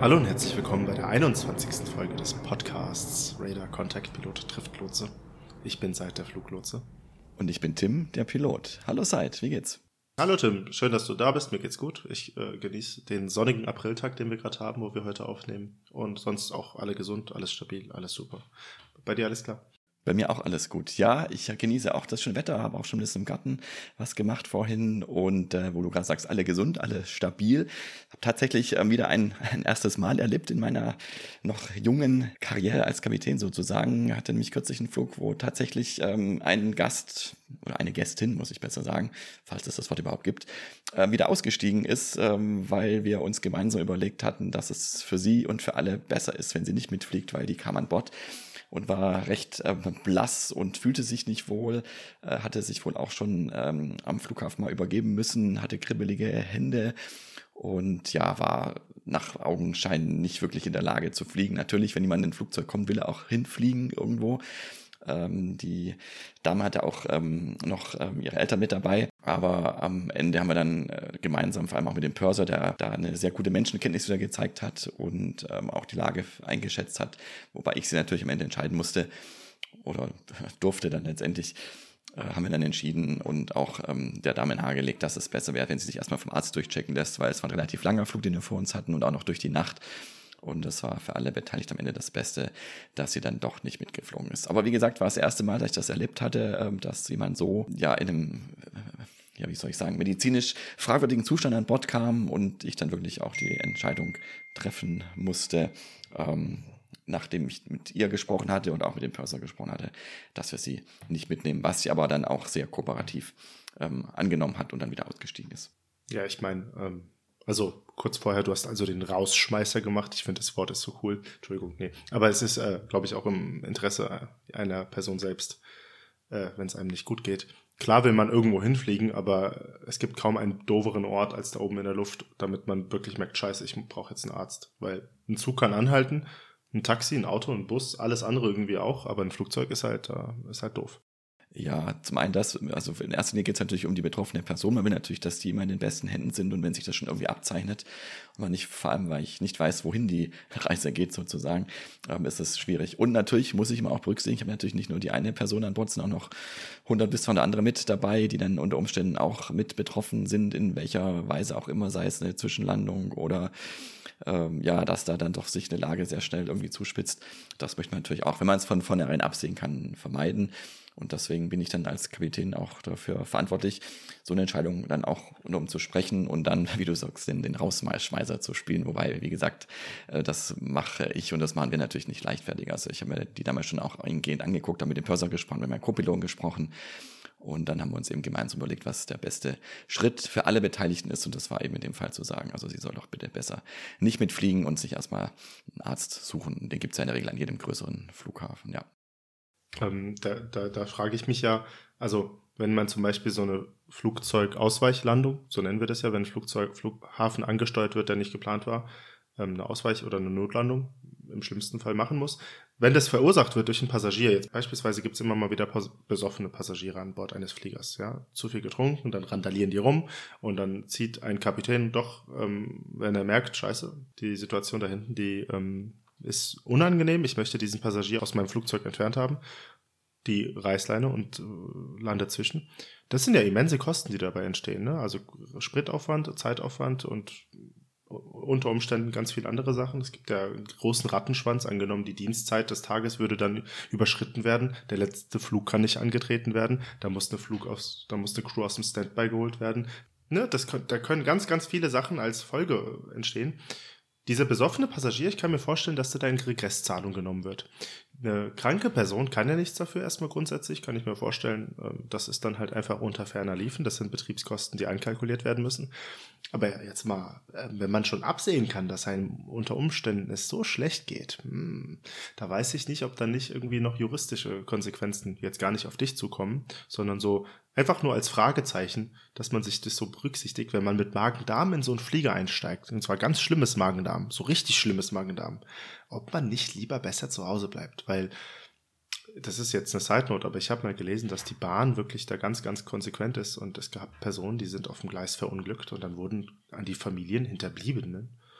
Hallo und herzlich willkommen bei der 21. Folge des Podcasts Radar Contact Pilot trifft Lotse. Ich bin Seid, der Fluglotse. Und ich bin Tim, der Pilot. Hallo Seid, wie geht's? Hallo Tim, schön, dass du da bist. Mir geht's gut. Ich genieße den sonnigen Apriltag, den wir gerade haben, wo wir heute aufnehmen. Und sonst auch alle gesund, alles stabil, alles super. Bei dir alles klar? Bei mir auch alles gut. Ja, ich genieße auch das schöne Wetter, habe auch schon ein bisschen im Garten was gemacht vorhin und wo du gerade sagst, alle gesund, alle stabil. Habe tatsächlich wieder ein erstes Mal erlebt in meiner noch jungen Karriere als Kapitän sozusagen. Hatte nämlich kürzlich einen Flug, wo tatsächlich ein Gast oder eine Gästin, muss ich besser sagen, falls es das Wort überhaupt gibt, wieder ausgestiegen ist, weil wir uns gemeinsam überlegt hatten, dass es für sie und für alle besser ist, wenn sie nicht mitfliegt, weil die kam an Bord und war recht blass und fühlte sich nicht wohl, hatte sich wohl auch schon am Flughafen mal übergeben müssen, hatte kribbelige Hände und ja, war nach Augenschein nicht wirklich in der Lage zu fliegen. Natürlich, wenn jemand in ein Flugzeug kommt, will er auch hinfliegen irgendwo. Die Dame hatte auch noch ihre Eltern mit dabei, aber am Ende haben wir dann gemeinsam, vor allem auch mit dem Purser, der da eine sehr gute Menschenkenntnis wieder gezeigt hat und auch die Lage eingeschätzt hat, wobei ich sie natürlich am Ende entscheiden musste oder durfte dann letztendlich, haben wir dann entschieden und auch der Dame nahegelegt, dass es besser wäre, wenn sie sich erstmal vom Arzt durchchecken lässt, weil es war ein relativ langer Flug, den wir vor uns hatten und auch noch durch die Nacht. Und das war für alle Beteiligten am Ende das Beste, dass sie dann doch nicht mitgeflogen ist. Aber wie gesagt, war es das erste Mal, dass ich das erlebt hatte, dass jemand so ja in einem, ja wie soll ich sagen, medizinisch fragwürdigen Zustand an Bord kam und ich dann wirklich auch die Entscheidung treffen musste, nachdem ich mit ihr gesprochen hatte und auch mit dem Purser gesprochen hatte, dass wir sie nicht mitnehmen, was sie aber dann auch sehr kooperativ angenommen hat und dann wieder ausgestiegen ist. Ja, ich meine, also kurz vorher, du hast also den Rausschmeißer gemacht. Ich finde, das Wort ist so cool. Entschuldigung, nee. Aber es ist, glaube ich, auch im Interesse einer Person selbst, wenn es einem nicht gut geht. Klar will man irgendwo hinfliegen, aber es gibt kaum einen dooferen Ort als da oben in der Luft, damit man wirklich merkt, scheiße, ich brauche jetzt einen Arzt. Weil ein Zug kann anhalten, ein Taxi, ein Auto, ein Bus, alles andere irgendwie auch, aber ein Flugzeug ist halt doof. Ja, zum einen das, also in erster Linie geht es natürlich um die betroffene Person. Man will natürlich, dass die immer in den besten Händen sind und wenn sich das schon irgendwie abzeichnet und man nicht, vor allem, weil ich nicht weiß, wohin die Reise geht sozusagen, ist es schwierig. Und natürlich muss ich immer auch berücksichtigen, ich habe natürlich nicht nur die eine Person an Bord, sondern auch noch 100 bis 200 andere mit dabei, die dann unter Umständen auch mit betroffen sind, in welcher Weise auch immer, sei es eine Zwischenlandung oder ja, dass da dann doch sich eine Lage sehr schnell irgendwie zuspitzt. Das möchte man natürlich auch, wenn man es von vornherein absehen kann, vermeiden. Und deswegen bin ich dann als Kapitän auch dafür verantwortlich, so eine Entscheidung dann auch um zu sprechen und dann, wie du sagst, den Rausschmeißer zu spielen. Wobei, wie gesagt, das mache ich und das machen wir natürlich nicht leichtfertig. Also ich habe mir die damals schon auch eingehend angeguckt, habe mit dem Purser gesprochen, mit meinem Co-Piloten gesprochen. Und dann haben wir uns eben gemeinsam überlegt, was der beste Schritt für alle Beteiligten ist. Und das war eben in dem Fall zu sagen, also sie soll doch bitte besser nicht mitfliegen und sich erstmal einen Arzt suchen. Den gibt es ja in der Regel an jedem größeren Flughafen, ja. Da frage ich mich ja, also wenn man zum Beispiel so eine Flugzeugausweichlandung, so nennen wir das ja, wenn ein Flughafen angesteuert wird, der nicht geplant war, eine Ausweich- oder eine Notlandung im schlimmsten Fall machen muss. Wenn das verursacht wird durch einen Passagier, jetzt beispielsweise gibt es immer mal wieder besoffene Passagiere an Bord eines Fliegers, ja, zu viel getrunken, dann randalieren die rum und dann zieht ein Kapitän doch, wenn er merkt, scheiße, die Situation da hinten, die ist unangenehm, ich möchte diesen Passagier aus meinem Flugzeug entfernt haben, die Reißleine und landet zwischen. Das sind ja immense Kosten, die dabei entstehen, ne? Also Spritaufwand, Zeitaufwand und unter Umständen ganz viele andere Sachen. Es gibt ja einen großen Rattenschwanz, angenommen die Dienstzeit des Tages würde dann überschritten werden, der letzte Flug kann nicht angetreten werden, da muss eine Crew aus dem Standby geholt werden. Ne? Da können ganz, ganz viele Sachen als Folge entstehen. Dieser besoffene Passagier, ich kann mir vorstellen, dass da in Regresszahlung genommen wird. Eine kranke Person kann ja nichts dafür erstmal grundsätzlich, kann ich mir vorstellen. Das ist dann halt einfach unter ferner Liefen. Das sind Betriebskosten, die einkalkuliert werden müssen. Aber jetzt mal, wenn man schon absehen kann, dass einem unter Umständen es so schlecht geht, da weiß ich nicht, ob dann nicht irgendwie noch juristische Konsequenzen jetzt gar nicht auf dich zukommen, sondern so einfach nur als Fragezeichen, dass man sich das so berücksichtigt, wenn man mit Magen-Darm in so einen Flieger einsteigt, und zwar ganz schlimmes Magen-Darm, so richtig schlimmes Magen-Darm, ob man nicht lieber besser zu Hause bleibt, weil das ist jetzt eine Side-Note, aber ich habe mal gelesen, dass die Bahn wirklich da ganz, ganz konsequent ist und es gab Personen, die sind auf dem Gleis verunglückt und dann wurden an die Familien Hinterbliebenen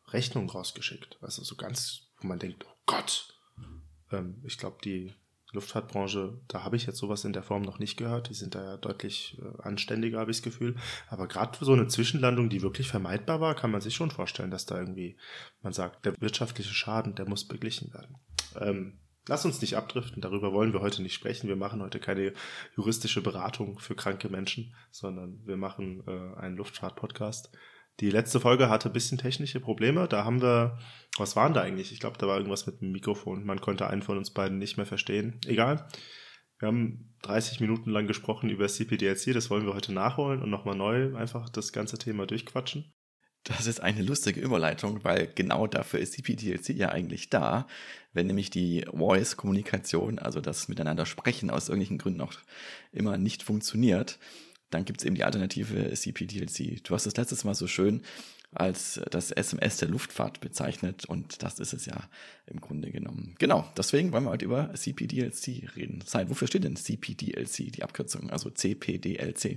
Rechnungen rausgeschickt. Also so ganz, wo man denkt, oh Gott. Ich glaube, die Luftfahrtbranche, da habe ich jetzt sowas in der Form noch nicht gehört. Die sind da ja deutlich anständiger, habe ich das Gefühl. Aber gerade für so eine Zwischenlandung, die wirklich vermeidbar war, kann man sich schon vorstellen, dass da irgendwie, man sagt, der wirtschaftliche Schaden, der muss beglichen werden. Lass uns nicht abdriften, darüber wollen wir heute nicht sprechen. Wir machen heute keine juristische Beratung für kranke Menschen, sondern wir machen einen Luftfahrt-Podcast. Die letzte Folge hatte ein bisschen technische Probleme. Da haben wir, was waren da eigentlich? Ich glaube, da war irgendwas mit dem Mikrofon. Man konnte einen von uns beiden nicht mehr verstehen. Egal. Wir haben 30 Minuten lang gesprochen über CPDLC. Das wollen wir heute nachholen und nochmal neu einfach das ganze Thema durchquatschen. Das ist eine lustige Überleitung, weil genau dafür ist CPDLC ja eigentlich da. Wenn nämlich die Voice-Kommunikation, also das Miteinander sprechen, aus irgendwelchen Gründen auch immer nicht funktioniert, dann gibt es eben die Alternative CPDLC. Du hast das letztes Mal so schön als das SMS der Luftfahrt bezeichnet und das ist es ja im Grunde genommen. Genau, deswegen wollen wir heute über CPDLC reden. Wofür steht denn CPDLC, die Abkürzung, also CPDLC?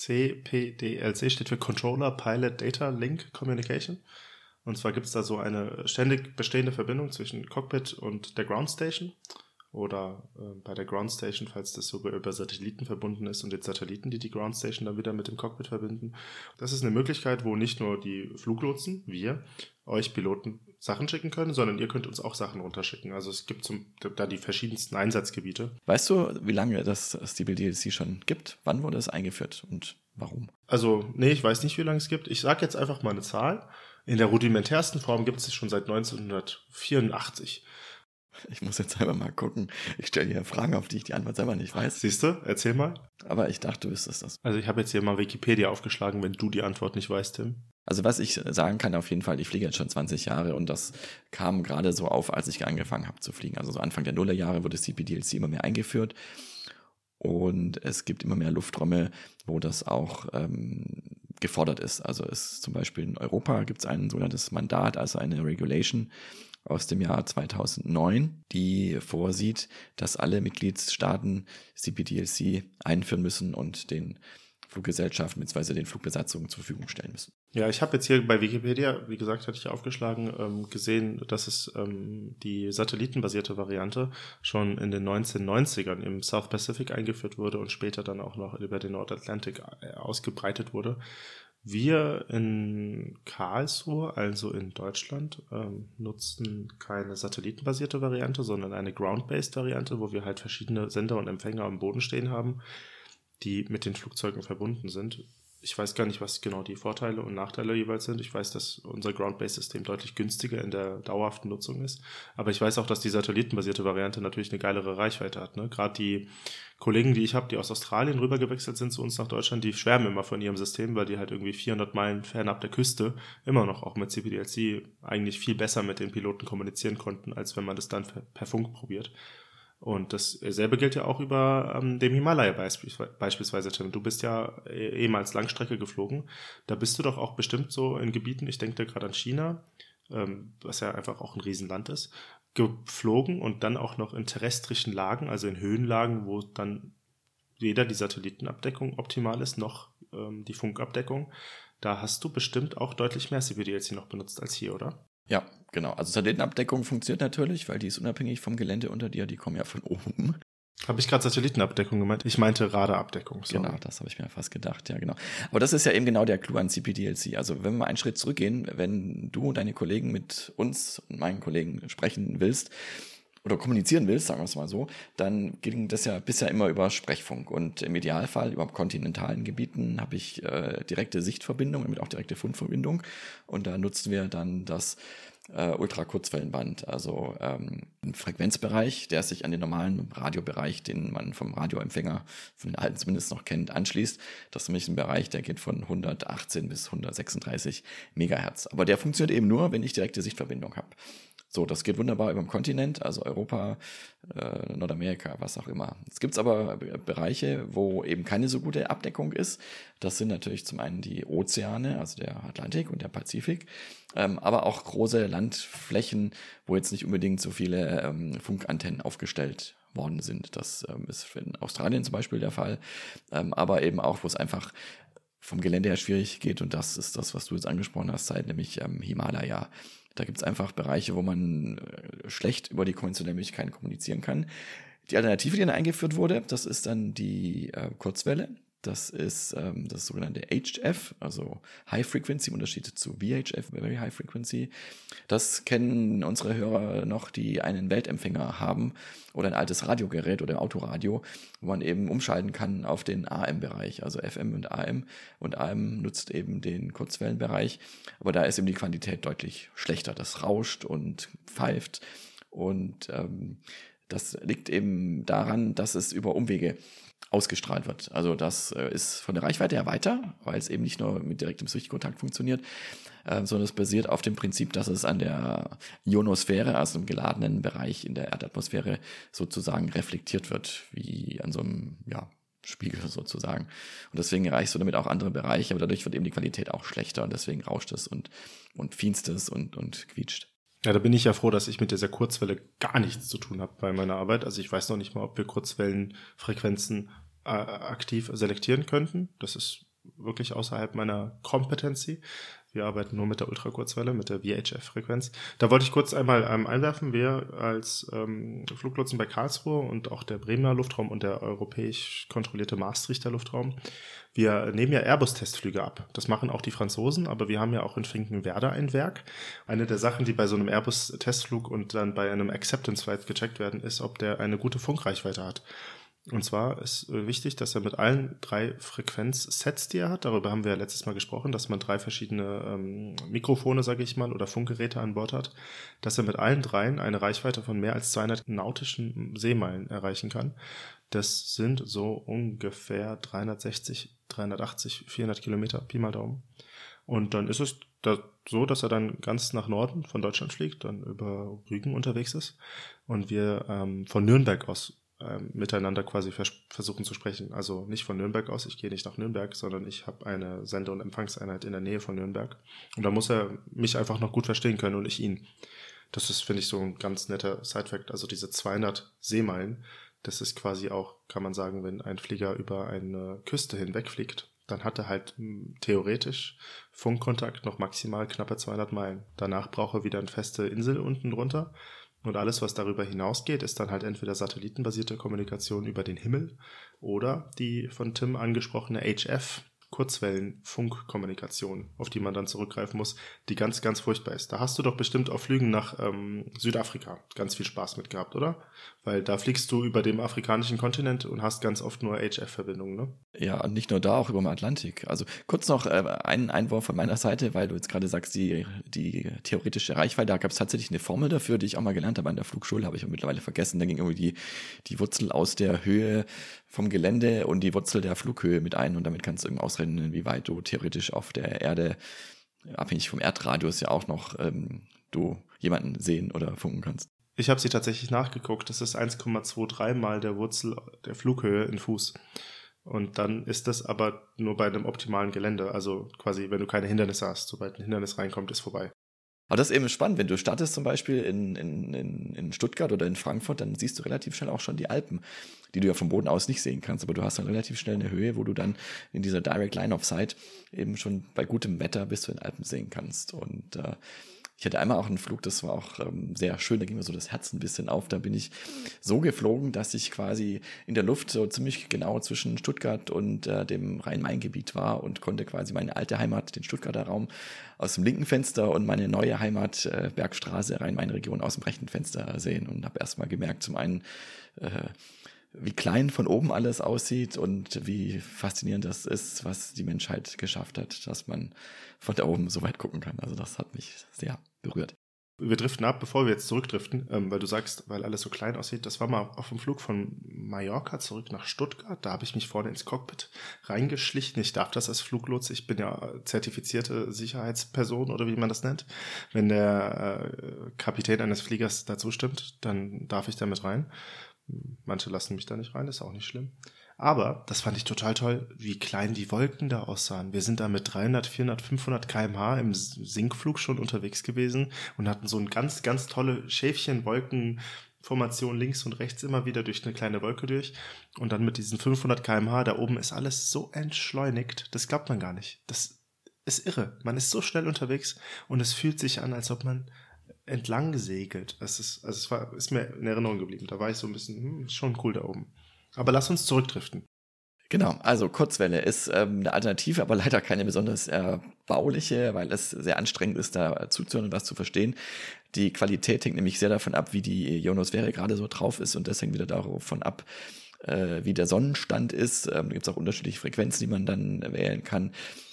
CPDLC steht für Controller Pilot Data Link Communication. Und zwar gibt es da so eine ständig bestehende Verbindung zwischen Cockpit und der Ground Station. Oder bei der Ground Station, falls das sogar über Satelliten verbunden ist und den Satelliten, die Ground Station dann wieder mit dem Cockpit verbinden. Das ist eine Möglichkeit, wo nicht nur die Fluglotsen, wir, euch Piloten Sachen schicken können, sondern ihr könnt uns auch Sachen runterschicken. Also es gibt da die verschiedensten Einsatzgebiete. Weißt du, wie lange das CPDLC schon gibt? Wann wurde es eingeführt und warum? Also, nee, ich weiß nicht, wie lange es gibt. Ich sage jetzt einfach mal eine Zahl. In der rudimentärsten Form gibt es schon seit 1984. Ich muss jetzt selber mal gucken. Ich stelle dir Fragen, auf die ich die Antwort selber nicht weiß. Siehst du? Erzähl mal. Aber ich dachte, du wüsstest das. Also ich habe jetzt hier mal Wikipedia aufgeschlagen, wenn du die Antwort nicht weißt, Tim. Also was ich sagen kann, auf jeden Fall, ich fliege jetzt schon 20 Jahre und das kam gerade so auf, als ich angefangen habe zu fliegen. Also so Anfang der Nullerjahre wurde CPDLC immer mehr eingeführt und es gibt immer mehr Lufträume, wo das auch gefordert ist. Also zum Beispiel in Europa gibt es ein sogenanntes Mandat, also eine Regulation aus dem Jahr 2009, die vorsieht, dass alle Mitgliedstaaten CPDLC einführen müssen und den Fluggesellschaften bzw. den Flugbesatzungen zur Verfügung stellen müssen. Ja, ich habe jetzt hier bei Wikipedia, wie gesagt, hatte ich aufgeschlagen, gesehen, dass es die satellitenbasierte Variante schon in den 1990ern im South Pacific eingeführt wurde und später dann auch noch über den Nordatlantik ausgebreitet wurde. Wir in Karlsruhe, also in Deutschland, nutzen keine satellitenbasierte Variante, sondern eine Ground-based Variante, wo wir halt verschiedene Sender und Empfänger am Boden stehen haben, die mit den Flugzeugen verbunden sind. Ich weiß gar nicht, was genau die Vorteile und Nachteile jeweils sind. Ich weiß, dass unser Ground-Based-System deutlich günstiger in der dauerhaften Nutzung ist. Aber ich weiß auch, dass die satellitenbasierte Variante natürlich eine geilere Reichweite hat. Ne? Gerade die Kollegen, die ich habe, die aus Australien rübergewechselt sind zu uns nach Deutschland, die schwärmen immer von ihrem System, weil die halt irgendwie 400 Meilen fernab der Küste immer noch auch mit CPDLC eigentlich viel besser mit den Piloten kommunizieren konnten, als wenn man das dann per Funk probiert. Und dasselbe gilt ja auch über dem Himalaya beispielsweise, Tim. Du bist ja ehemals Langstrecke geflogen. Da bist du doch auch bestimmt so in Gebieten, ich denke da gerade an China, was ja einfach auch ein Riesenland ist, geflogen und dann auch noch in terrestrischen Lagen, also in Höhenlagen, wo dann weder die Satellitenabdeckung optimal ist, noch die Funkabdeckung. Da hast du bestimmt auch deutlich mehr CPDLC noch benutzt als hier, oder? Ja, genau. Also Satellitenabdeckung funktioniert natürlich, weil die ist unabhängig vom Gelände unter dir, die kommen ja von oben. Habe ich gerade Satellitenabdeckung gemeint? Ich meinte Radarabdeckung. Sorry. Genau, das habe ich mir fast gedacht, ja genau. Aber das ist ja eben genau der Clou an CPDLC. Also wenn wir mal einen Schritt zurückgehen, wenn du und deine Kollegen mit uns und meinen Kollegen sprechen willst, oder kommunizieren willst, sagen wir es mal so, dann ging das ja bisher immer über Sprechfunk. Und im Idealfall über kontinentalen Gebieten habe ich direkte Sichtverbindung, damit auch direkte Funkverbindung. Und da nutzen wir dann das Ultrakurzwellenband, also einen Frequenzbereich, der sich an den normalen Radiobereich, den man vom Radioempfänger, von den alten zumindest noch kennt, anschließt. Das ist nämlich ein Bereich, der geht von 118 bis 136 Megahertz. Aber der funktioniert eben nur, wenn ich direkte Sichtverbindung habe. So, das geht wunderbar über dem Kontinent, also Europa, Nordamerika, was auch immer. Es gibt aber Bereiche, wo eben keine so gute Abdeckung ist. Das sind natürlich zum einen die Ozeane, also der Atlantik und der Pazifik, aber auch große Landflächen, wo jetzt nicht unbedingt so viele Funkantennen aufgestellt worden sind. Das ist in Australien zum Beispiel der Fall, aber eben auch, wo es einfach vom Gelände her schwierig geht. Und das ist das, was du jetzt angesprochen hast, nämlich Himalaya. Da gibt es einfach Bereiche, wo man schlecht über die konventionellen Möglichkeiten kommunizieren kann. Die Alternative, die dann eingeführt wurde, das ist dann die Kurzwelle. Das ist das sogenannte HF, also High Frequency, im Unterschied zu VHF, Very High Frequency. Das kennen unsere Hörer noch, die einen Weltempfänger haben oder ein altes Radiogerät oder ein Autoradio, wo man eben umschalten kann auf den AM-Bereich, also FM und AM. Und AM nutzt eben den Kurzwellenbereich, aber da ist eben die Qualität deutlich schlechter. Das rauscht und pfeift und das liegt eben daran, dass es über Umwege ausgestrahlt wird. Also das ist von der Reichweite her weiter, weil es eben nicht nur mit direktem Sichtkontakt funktioniert, sondern es basiert auf dem Prinzip, dass es an der Ionosphäre, also im geladenen Bereich in der Erdatmosphäre sozusagen reflektiert wird, wie an so einem Spiegel sozusagen. Und deswegen erreichst du damit auch andere Bereiche, aber dadurch wird eben die Qualität auch schlechter und deswegen rauscht es und fienst es und quietscht. Ja, da bin ich ja froh, dass ich mit dieser Kurzwelle gar nichts zu tun habe bei meiner Arbeit. Also ich weiß noch nicht mal, ob wir Kurzwellenfrequenzen aktiv selektieren könnten. Das ist wirklich außerhalb meiner Kompetency. Wir arbeiten nur mit der Ultrakurzwelle, mit der VHF-Frequenz. Da wollte ich kurz einmal einwerfen, wir als Fluglotsen bei Karlsruhe und auch der Bremer Luftraum und der europäisch kontrollierte Maastrichter Luftraum, wir nehmen ja Airbus-Testflüge ab. Das machen auch die Franzosen, aber wir haben ja auch in Finkenwerder ein Werk. Eine der Sachen, die bei so einem Airbus-Testflug und dann bei einem Acceptance-Flight gecheckt werden, ist, ob der eine gute Funkreichweite hat. Und zwar ist wichtig, dass er mit allen 3 Frequenzsets, die er hat, darüber haben wir ja letztes Mal gesprochen, dass man 3 verschiedene Mikrofone, sage ich mal, oder Funkgeräte an Bord hat, dass er mit allen 3 eine Reichweite von mehr als 200 nautischen Seemeilen erreichen kann. Das sind so ungefähr 360, 380, 400 Kilometer, Pi mal Daumen. Und dann ist es so, dass er dann ganz nach Norden von Deutschland fliegt, dann über Rügen unterwegs ist und wir von Nürnberg aus miteinander quasi versuchen zu sprechen. Also nicht von Nürnberg aus, ich gehe nicht nach Nürnberg, sondern ich habe eine Sende- und Empfangseinheit in der Nähe von Nürnberg. Und da muss er mich einfach noch gut verstehen können und ich ihn. Das ist, finde ich, so ein ganz netter Side-Fact. Also diese 200 Seemeilen, das ist quasi auch, kann man sagen, wenn ein Flieger über eine Küste hinwegfliegt, dann hat er halt theoretisch Funkkontakt noch maximal knappe 200 Meilen. Danach braucht er wieder eine feste Insel unten drunter. Und alles, was darüber hinausgeht, ist dann halt entweder satellitenbasierte Kommunikation über den Himmel oder die von Tim angesprochene HF, Kurzwellenfunkkommunikation, auf die man dann zurückgreifen muss, die ganz, ganz furchtbar ist. Da hast du doch bestimmt auf Flügen nach Südafrika ganz viel Spaß mit gehabt, oder? Weil da fliegst du über dem afrikanischen Kontinent und hast ganz oft nur HF-Verbindungen, ne? Ja, und nicht nur da, auch über dem Atlantik. Also kurz noch einen Einwurf von meiner Seite, weil du jetzt gerade sagst, die theoretische Reichweite, da gab es tatsächlich eine Formel dafür, die ich auch mal gelernt habe an der Flugschule, habe ich mittlerweile vergessen. Da ging irgendwie die Wurzel aus der Höhe vom Gelände und die Wurzel der Flughöhe mit ein und damit kannst du irgendwie ausrechnen, wie weit du theoretisch auf der Erde, abhängig vom Erdradius ja auch noch, du jemanden sehen oder funken kannst. Ich habe sie tatsächlich nachgeguckt. Das ist 1,23 mal der Wurzel der Flughöhe in Fuß. Und dann ist das aber nur bei einem optimalen Gelände. Also quasi, wenn du keine Hindernisse hast. Sobald ein Hindernis reinkommt, ist vorbei. Aber das ist eben spannend, wenn du startest zum Beispiel in Stuttgart oder in Frankfurt, dann siehst du relativ schnell auch schon die Alpen, die du ja vom Boden aus nicht sehen kannst, aber du hast dann relativ schnell eine Höhe, wo du dann in dieser Direct Line of Sight eben schon bei gutem Wetter bis zu den Alpen sehen kannst. Und ich hatte einmal auch einen Flug, das war auch sehr schön, da ging mir so das Herz ein bisschen auf. Da bin ich so geflogen, dass ich quasi in der Luft so ziemlich genau zwischen Stuttgart und dem Rhein-Main-Gebiet war und konnte quasi meine alte Heimat, den Stuttgarter Raum, aus dem linken Fenster und meine neue Heimat, Bergstraße, Rhein-Main-Region, aus dem rechten Fenster sehen und habe erstmal gemerkt, zum einen, wie klein von oben alles aussieht und wie faszinierend das ist, was die Menschheit geschafft hat, dass man von da oben so weit gucken kann. Also das hat mich sehr berührt. Wir driften ab, bevor wir jetzt zurückdriften, weil du sagst, weil alles so klein aussieht. Das war mal auf dem Flug von Mallorca zurück nach Stuttgart. Da habe ich mich vorne ins Cockpit reingeschlichen. Ich darf das als Fluglotse. Ich bin ja zertifizierte Sicherheitsperson oder wie man das nennt. Wenn der Kapitän eines Fliegers dazu stimmt, dann darf ich da mit rein. Manche lassen mich da nicht rein, ist auch nicht schlimm. Aber das fand ich total toll, wie klein die Wolken da aussahen. Wir sind da mit 300, 400, 500 km/h im Sinkflug schon unterwegs gewesen und hatten so ein ganz, ganz tolle Schäfchenwolken Formation links und rechts immer wieder durch eine kleine Wolke durch und dann mit diesen 500 km/h, da oben ist alles so entschleunigt, das glaubt man gar nicht. Das ist irre. Man ist so schnell unterwegs und es fühlt sich an, als ob man entlang segelt. Ist mir in Erinnerung geblieben. Da war ich so ein bisschen, ist schon cool da oben. Aber lass uns zurückdriften. Genau, also Kurzwelle ist eine Alternative, aber leider keine besonders bauliche, weil es sehr anstrengend ist, da zuzuhören und was zu verstehen. Die Qualität hängt nämlich sehr davon ab, wie die Ionosphäre gerade so drauf ist, und das hängt wieder davon ab, wie der Sonnenstand ist. Da gibt es auch unterschiedliche Frequenzen, die man dann wählen kann.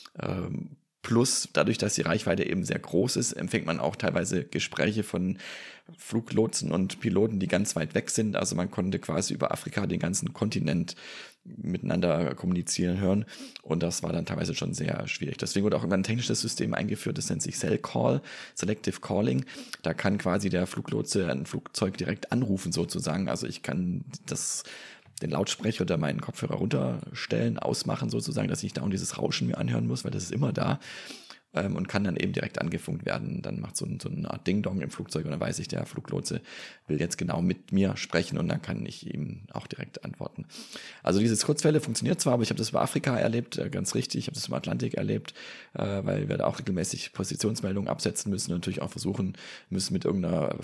Plus, dadurch, dass die Reichweite eben sehr groß ist, empfängt man auch teilweise Gespräche von Fluglotsen und Piloten, die ganz weit weg sind. Also man konnte quasi über Afrika den ganzen Kontinent miteinander kommunizieren hören. Und das war dann teilweise schon sehr schwierig. Deswegen wurde auch irgendwann ein technisches System eingeführt, das nennt sich Cell Call, Selective Calling. Da kann quasi der Fluglotse ein Flugzeug direkt anrufen sozusagen. Also ich kann den Lautsprecher oder meinen Kopfhörer runterstellen, ausmachen sozusagen, dass ich da dieses Rauschen mir anhören muss, weil das ist immer da, und kann dann eben direkt angefunkt werden. Dann macht so eine Art Ding-Dong im Flugzeug und dann weiß ich, der Fluglotse will jetzt genau mit mir sprechen und dann kann ich ihm auch direkt antworten. Also dieses Kurzwelle funktioniert zwar, aber ich habe das über Afrika erlebt, ganz richtig, ich habe das im Atlantik erlebt, weil wir da auch regelmäßig Positionsmeldungen absetzen müssen und natürlich auch versuchen müssen, mit irgendeiner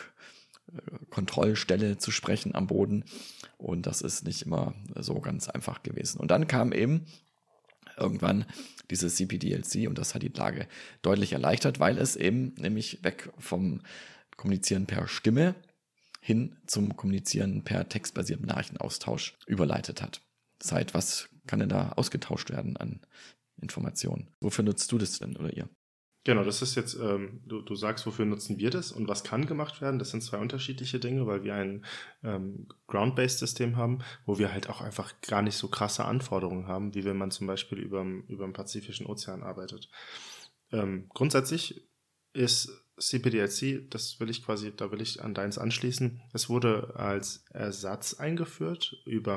Flugkontrollstelle zu sprechen am Boden. Und das ist nicht immer so ganz einfach gewesen. Und dann kam eben irgendwann dieses CPDLC und das hat die Lage deutlich erleichtert, weil es eben nämlich weg vom Kommunizieren per Stimme hin zum Kommunizieren per textbasierten Nachrichtenaustausch überleitet hat. Seit was kann denn da ausgetauscht werden an Informationen? Wofür nutzt du das denn oder ihr? Genau, das ist jetzt, du sagst, wofür nutzen wir das und was kann gemacht werden? Das sind zwei unterschiedliche Dinge, weil wir ein Ground-Based-System haben, wo wir halt auch einfach gar nicht so krasse Anforderungen haben, wie wenn man zum Beispiel über dem Pazifischen Ozean arbeitet. Grundsätzlich ist CPDLC, da will ich an deins anschließen, es wurde als Ersatz eingeführt über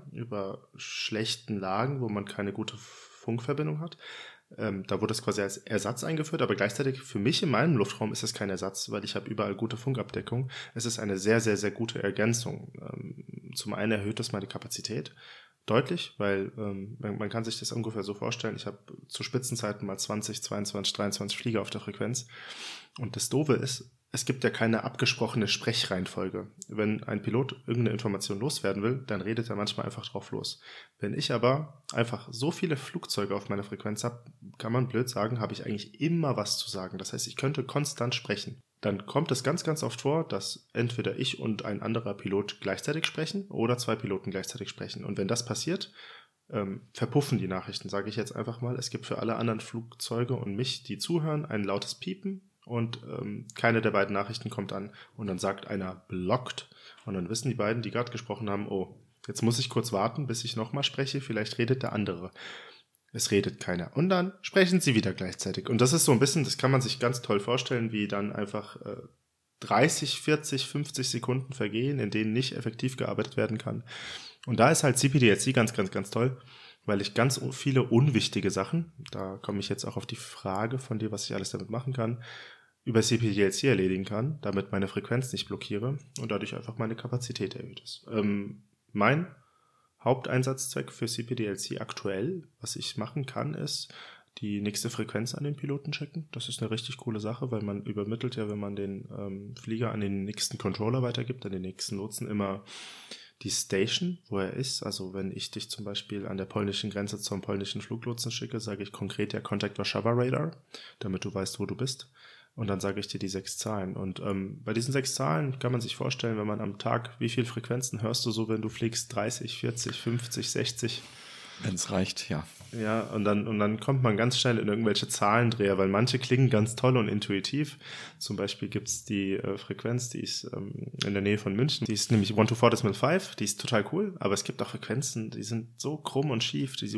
schlechten Lagen, wo man keine gute Funkverbindung hat. Da wurde es quasi als Ersatz eingeführt, aber gleichzeitig für mich in meinem Luftraum ist es kein Ersatz, weil ich habe überall gute Funkabdeckung. Es ist eine sehr, sehr, sehr gute Ergänzung. Zum einen erhöht es meine Kapazität deutlich, weil man kann sich das ungefähr so vorstellen, ich habe zu Spitzenzeiten mal 20, 22, 23 Flieger auf der Frequenz und das Doofe ist, es gibt ja keine abgesprochene Sprechreihenfolge. Wenn ein Pilot irgendeine Information loswerden will, dann redet er manchmal einfach drauf los. Wenn ich aber einfach so viele Flugzeuge auf meiner Frequenz habe, kann man blöd sagen, habe ich eigentlich immer was zu sagen. Das heißt, ich könnte konstant sprechen. Dann kommt es ganz, ganz oft vor, dass entweder ich und ein anderer Pilot gleichzeitig sprechen oder zwei Piloten gleichzeitig sprechen. Und wenn das passiert, verpuffen die Nachrichten, sage ich jetzt einfach mal. Es gibt für alle anderen Flugzeuge und mich, die zuhören, ein lautes Piepen. Und keine der beiden Nachrichten kommt an. Und dann sagt einer blockt. Und dann wissen die beiden, die gerade gesprochen haben, oh, jetzt muss ich kurz warten, bis ich nochmal spreche. Vielleicht redet der andere. Es redet keiner. Und dann sprechen sie wieder gleichzeitig. Und das ist so ein bisschen, das kann man sich ganz toll vorstellen, wie dann einfach 30, 40, 50 Sekunden vergehen, in denen nicht effektiv gearbeitet werden kann. Und da ist halt CPDLC ganz, ganz, ganz toll, weil ich ganz viele unwichtige Sachen, da komme ich jetzt auch auf die Frage von dir, was ich alles damit machen kann, über CPDLC erledigen kann, damit meine Frequenz nicht blockiere und dadurch einfach meine Kapazität erhöht ist. Mein Haupteinsatzzweck für CPDLC aktuell, was ich machen kann, ist die nächste Frequenz an den Piloten checken. Das ist eine richtig coole Sache, weil man übermittelt ja, wenn man den Flieger an den nächsten Controller weitergibt, an den nächsten Lotsen immer die Station, wo er ist. Also wenn ich dich zum Beispiel an der polnischen Grenze zum polnischen Fluglotsen schicke, sage ich konkret ja Contact Warszawa Radar, damit du weißt, wo du bist. Und dann sage ich dir die 6 Zahlen. Und bei diesen 6 Zahlen kann man sich vorstellen, wenn man am Tag, wie viele Frequenzen hörst du so, wenn du fliegst? 30, 40, 50, 60? Wenn es reicht, ja. Ja, und dann kommt man ganz schnell in irgendwelche Zahlendreher, weil manche klingen ganz toll und intuitiv. Zum Beispiel gibt es die Frequenz, die ist in der Nähe von München. Die ist nämlich 124.5, die ist total cool. Aber es gibt auch Frequenzen, die sind so krumm und schief. Diese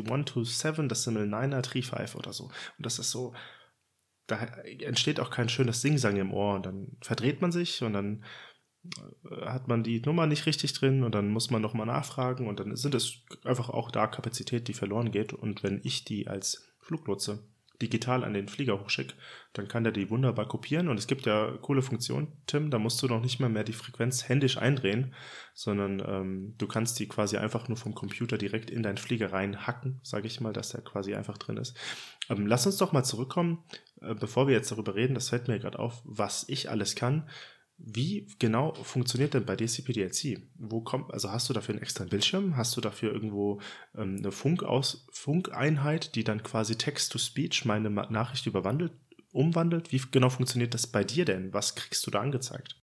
127.9er 35 oder so. Und das ist so... Da entsteht auch kein schönes Singsang im Ohr und dann verdreht man sich und dann hat man die Nummer nicht richtig drin und dann muss man nochmal nachfragen und dann sind es einfach auch da Kapazität, die verloren geht und wenn ich die als Fluglotse digital an den Flieger hochschicke, dann kann der die wunderbar kopieren. Und es gibt ja coole Funktionen, Tim, da musst du noch nicht mal mehr die Frequenz händisch eindrehen, sondern du kannst die quasi einfach nur vom Computer direkt in deinen Flieger reinhacken, sage ich mal, dass der quasi einfach drin ist. Lass uns doch mal zurückkommen, bevor wir jetzt darüber reden, das fällt mir gerade auf, was ich alles kann. Wie genau funktioniert denn bei dir CPDLC? Also hast du dafür einen extra Bildschirm? Hast du dafür irgendwo eine Funkeinheit, die dann quasi Text-to-Speech meine Nachricht umwandelt? Wie genau funktioniert das bei dir denn? Was kriegst du da angezeigt?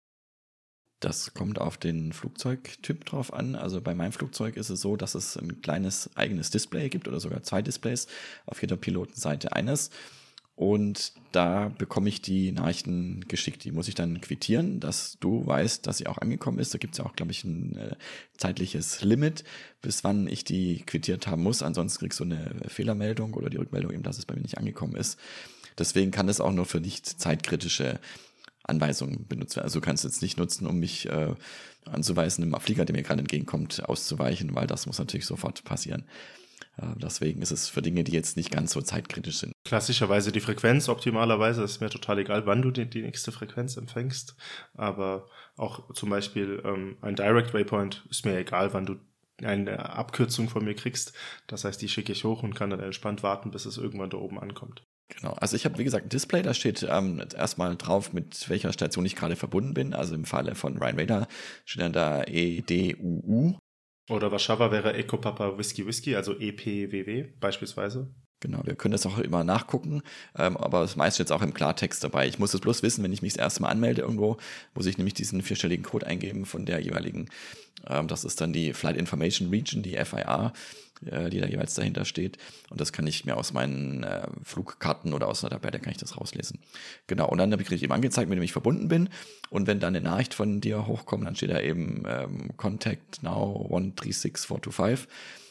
Das kommt auf den Flugzeugtyp drauf an. Also bei meinem Flugzeug ist es so, dass es ein kleines eigenes Display gibt oder sogar 2 Displays, auf jeder Pilotenseite eines. Und da bekomme ich die Nachrichten geschickt. Die muss ich dann quittieren, dass du weißt, dass sie auch angekommen ist. Da gibt es ja auch, glaube ich, ein zeitliches Limit, bis wann ich die quittiert haben muss. Ansonsten kriegst du eine Fehlermeldung oder die Rückmeldung eben, dass es bei mir nicht angekommen ist. Deswegen kann es auch nur für nicht zeitkritische Anweisungen benutzt werden. Also du kannst es jetzt nicht nutzen, um mich anzuweisen, einem Flieger, der mir gerade entgegenkommt, auszuweichen, weil das muss natürlich sofort passieren. Deswegen ist es für Dinge, die jetzt nicht ganz so zeitkritisch sind. Klassischerweise die Frequenz, optimalerweise ist mir total egal, wann du die nächste Frequenz empfängst, aber auch zum Beispiel ein Direct Waypoint ist mir egal, wann du eine Abkürzung von mir kriegst, das heißt, die schicke ich hoch und kann dann entspannt warten, bis es irgendwann da oben ankommt. Genau, also ich habe, wie gesagt, ein Display, da steht erstmal drauf, mit welcher Station ich gerade verbunden bin, also im Falle von Ryan Radar steht dann da EDUU. Oder Warschauer wäre Echo Papa Whiskey Whiskey, also EPWW beispielsweise. Genau, wir können das auch immer nachgucken, aber das meiste jetzt auch im Klartext dabei. Ich muss es bloß wissen, wenn ich mich das erste Mal anmelde irgendwo, muss ich nämlich diesen 4-stelligen Code eingeben von der jeweiligen, das ist dann die Flight Information Region, die FIR, die da jeweils dahinter steht. Und das kann ich mir aus meinen Flugkarten oder aus einer Tabelle kann ich das rauslesen. Genau, und dann kriege ich eben angezeigt, mit dem ich verbunden bin. Und wenn dann eine Nachricht von dir hochkommt, dann steht da eben Contact now 136425.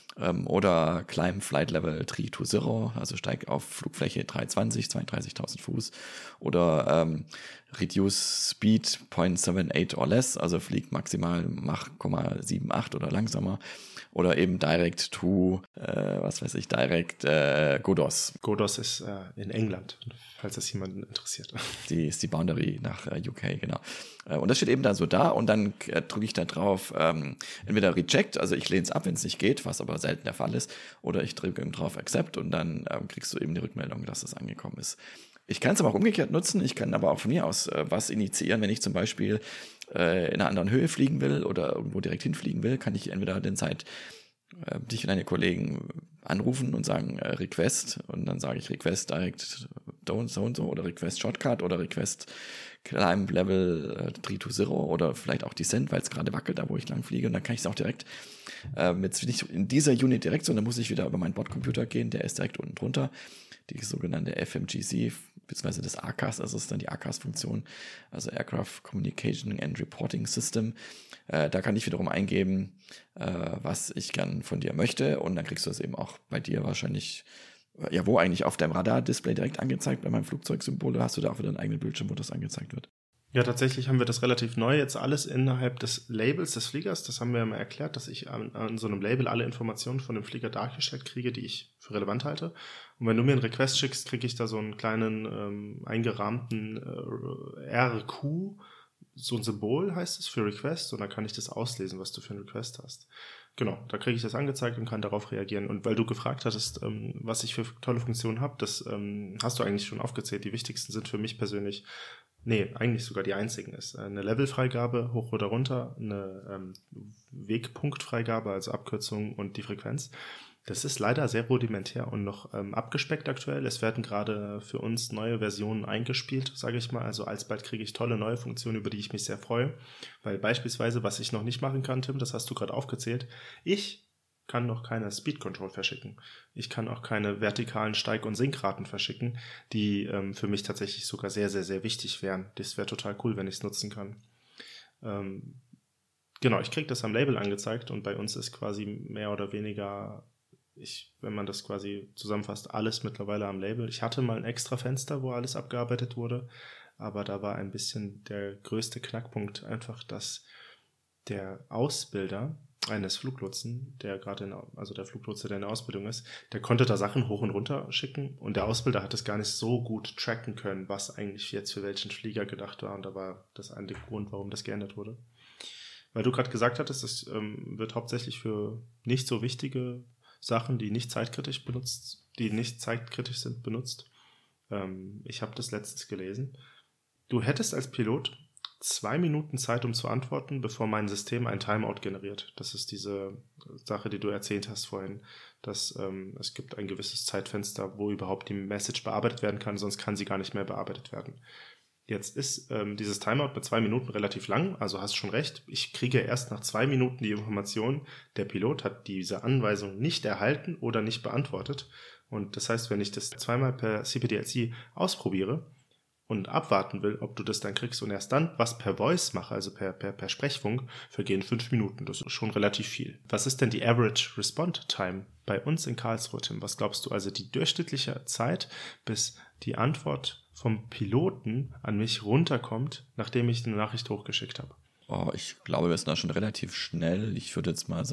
Oder Climb Flight Level 320, also steig auf Flugfläche 320, 32.000 Fuß. Oder Reduce Speed 0.78 or less, also flieg maximal Mach 0,78 oder langsamer. Oder eben Direct to, Direct Godos. Godos ist in England, falls das jemanden interessiert. Die ist die Boundary nach UK, genau. Und das steht eben dann so da und dann drücke ich da drauf, entweder Reject, also ich lehne es ab, wenn es nicht geht, was aber selten der Fall ist, oder ich drücke drauf Accept und dann kriegst du eben die Rückmeldung, dass es angekommen ist. Ich kann es aber auch umgekehrt nutzen, ich kann aber auch von mir aus was initiieren, wenn ich zum Beispiel in einer anderen Höhe fliegen will oder irgendwo direkt hinfliegen will, kann ich entweder dich und deine Kollegen anrufen und sagen Request und dann sage ich Request Direct Don't so und so oder Request Shortcut oder Request Climb Level 320 oder vielleicht auch Descent, weil es gerade wackelt, da wo ich lang fliege und dann kann ich es auch direkt jetzt nicht in dieser Unit direkt, sondern muss ich wieder über meinen Bordcomputer gehen, der ist direkt unten drunter, die sogenannte FMGC beziehungsweise das ACAS, also ist dann die ACAS-Funktion, also Aircraft Communication and Reporting System. Da kann ich wiederum eingeben, was ich gern von dir möchte und dann kriegst du das eben auch bei dir wahrscheinlich, ja wo eigentlich, auf deinem Radar-Display direkt angezeigt, bei meinem Flugzeugsymbol, oder hast du da auch wieder einen eigenen Bildschirm, wo das angezeigt wird? Ja, tatsächlich haben wir das relativ neu jetzt alles innerhalb des Labels des Fliegers. Das haben wir ja mal erklärt, dass ich an so einem Label alle Informationen von dem Flieger dargestellt kriege, die ich für relevant halte. Und wenn du mir einen Request schickst, kriege ich da so einen kleinen eingerahmten RQ, so ein Symbol heißt es für Request, und dann kann ich das auslesen, was du für einen Request hast. Genau, da kriege ich das angezeigt und kann darauf reagieren. Und weil du gefragt hattest, was ich für tolle Funktionen habe, das hast du eigentlich schon aufgezählt. Die wichtigsten sind für mich persönlich, eigentlich sogar die einzigen ist eine Levelfreigabe, hoch oder runter, eine Wegpunktfreigabe, also Abkürzung und die Frequenz. Das ist leider sehr rudimentär und noch abgespeckt aktuell. Es werden gerade für uns neue Versionen eingespielt, sage ich mal. Also alsbald kriege ich tolle neue Funktionen, über die ich mich sehr freue. Weil beispielsweise, was ich noch nicht machen kann, Tim, das hast du gerade aufgezählt, ich kann noch keine Speed Control verschicken. Ich kann auch keine vertikalen Steig- und Sinkraten verschicken, die für mich tatsächlich sogar sehr, sehr, sehr wichtig wären. Das wäre total cool, wenn ich es nutzen kann. Genau, ich kriege das am Label angezeigt und bei uns ist quasi mehr oder weniger, wenn man das quasi zusammenfasst, alles mittlerweile am Label. Ich hatte mal ein extra Fenster, wo alles abgearbeitet wurde, aber da war ein bisschen der größte Knackpunkt einfach, dass der Ausbilder eines Fluglotsen, der der Fluglotse, der in der Ausbildung ist, der konnte da Sachen hoch und runter schicken und der Ausbilder hat es gar nicht so gut tracken können, was eigentlich jetzt für welchen Flieger gedacht war und da war das ein Grund, warum das geändert wurde. Weil du gerade gesagt hattest, es wird hauptsächlich für nicht so wichtige Sachen, die nicht zeitkritisch sind, benutzt. Ich habe das letztens gelesen. Du hättest als Pilot 2 Minuten Zeit, um zu antworten, bevor mein System ein Timeout generiert. Das ist diese Sache, die du erzählt hast vorhin, dass es gibt ein gewisses Zeitfenster, wo überhaupt die Message bearbeitet werden kann, sonst kann sie gar nicht mehr bearbeitet werden. Jetzt ist dieses Timeout mit 2 Minuten relativ lang, also hast schon recht. Ich kriege erst nach 2 Minuten die Information, der Pilot hat diese Anweisung nicht erhalten oder nicht beantwortet. Und das heißt, wenn ich das zweimal per CPDLC ausprobiere und abwarten will, ob du das dann kriegst und erst dann was per Voice mache, also per Sprechfunk, vergehen 5 Minuten. Das ist schon relativ viel. Was ist denn die Average Respond Time bei uns in Karlsruhe, Tim? Was glaubst du, also die durchschnittliche Zeit, bis die Antwort vom Piloten an mich runterkommt, nachdem ich eine Nachricht hochgeschickt habe? Oh, ich glaube, wir sind da schon relativ schnell. Ich würde jetzt mal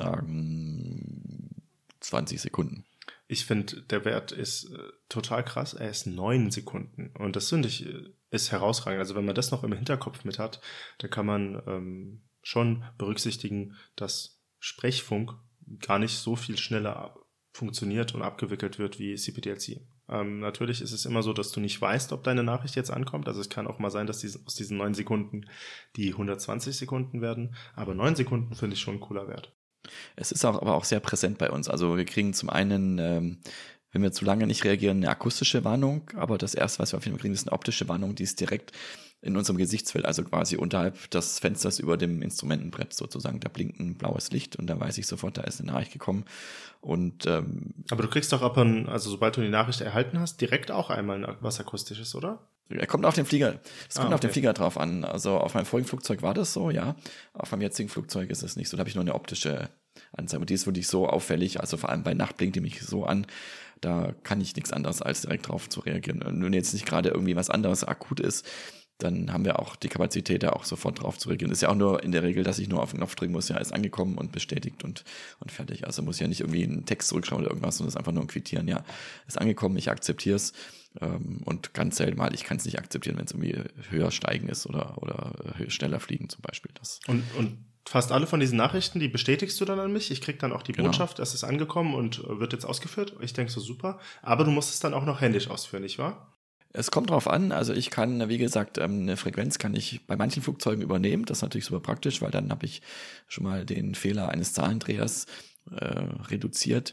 sagen 20 Sekunden. Ich finde, der Wert ist total krass. Er ist 9 Sekunden. Und das finde ich ist herausragend. Also wenn man das noch im Hinterkopf mit hat, dann kann man schon berücksichtigen, dass Sprechfunk gar nicht so viel schneller funktioniert und abgewickelt wird wie CPDLC. Natürlich ist es immer so, dass du nicht weißt, ob deine Nachricht jetzt ankommt. Also es kann auch mal sein, dass aus diesen 9 Sekunden die 120 Sekunden werden. Aber 9 Sekunden finde ich schon ein cooler Wert. Es ist aber auch sehr präsent bei uns. Also wir kriegen zum einen, wenn wir zu lange nicht reagieren, eine akustische Warnung, aber das erste, was wir auf jeden Fall kriegen, ist eine optische Warnung, die ist direkt in unserem Gesichtsfeld, also quasi unterhalb des Fensters über dem Instrumentenbrett sozusagen. Da blinkt ein blaues Licht und da weiß ich sofort, da ist eine Nachricht gekommen. Und aber du kriegst doch sobald du die Nachricht erhalten hast, direkt auch einmal was Akustisches, oder? Er kommt auf den Flieger. Es kommt auf den Flieger drauf an. Also auf meinem vorigen Flugzeug war das so, ja. Auf meinem jetzigen Flugzeug ist es nicht so. Da habe ich nur eine optische Anzeige. Und die ist wirklich so auffällig. Also vor allem bei Nacht blinkt die mich so an. Da kann ich nichts anderes als direkt drauf zu reagieren. Und wenn jetzt nicht gerade irgendwie was anderes akut ist, dann haben wir auch die Kapazität, da auch sofort drauf zu reagieren. Ist ja auch nur in der Regel, dass ich nur auf den Knopf drücken muss, ja, ist angekommen und bestätigt und fertig. Also muss ja nicht irgendwie einen Text zurückschauen oder irgendwas, sondern es einfach nur ein Quittieren, ja, ist angekommen, ich akzeptiere es. Und ganz selten mal, ich kann es nicht akzeptieren, wenn es irgendwie höher steigen ist oder schneller fliegen zum Beispiel. Das. Und fast alle von diesen Nachrichten, die bestätigst du dann an mich. Ich krieg dann auch die Botschaft, es ist angekommen und wird jetzt ausgeführt. Ich denke so, super. Aber du musst es dann auch noch händisch ausführen, nicht wahr? Es kommt drauf an, also ich kann, wie gesagt, eine Frequenz kann ich bei manchen Flugzeugen übernehmen, das ist natürlich super praktisch, weil dann habe ich schon mal den Fehler eines Zahlendrehers reduziert.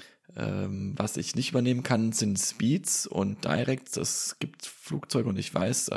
Was ich nicht übernehmen kann, sind Speeds und Directs. Es gibt Flugzeuge und ich weiß,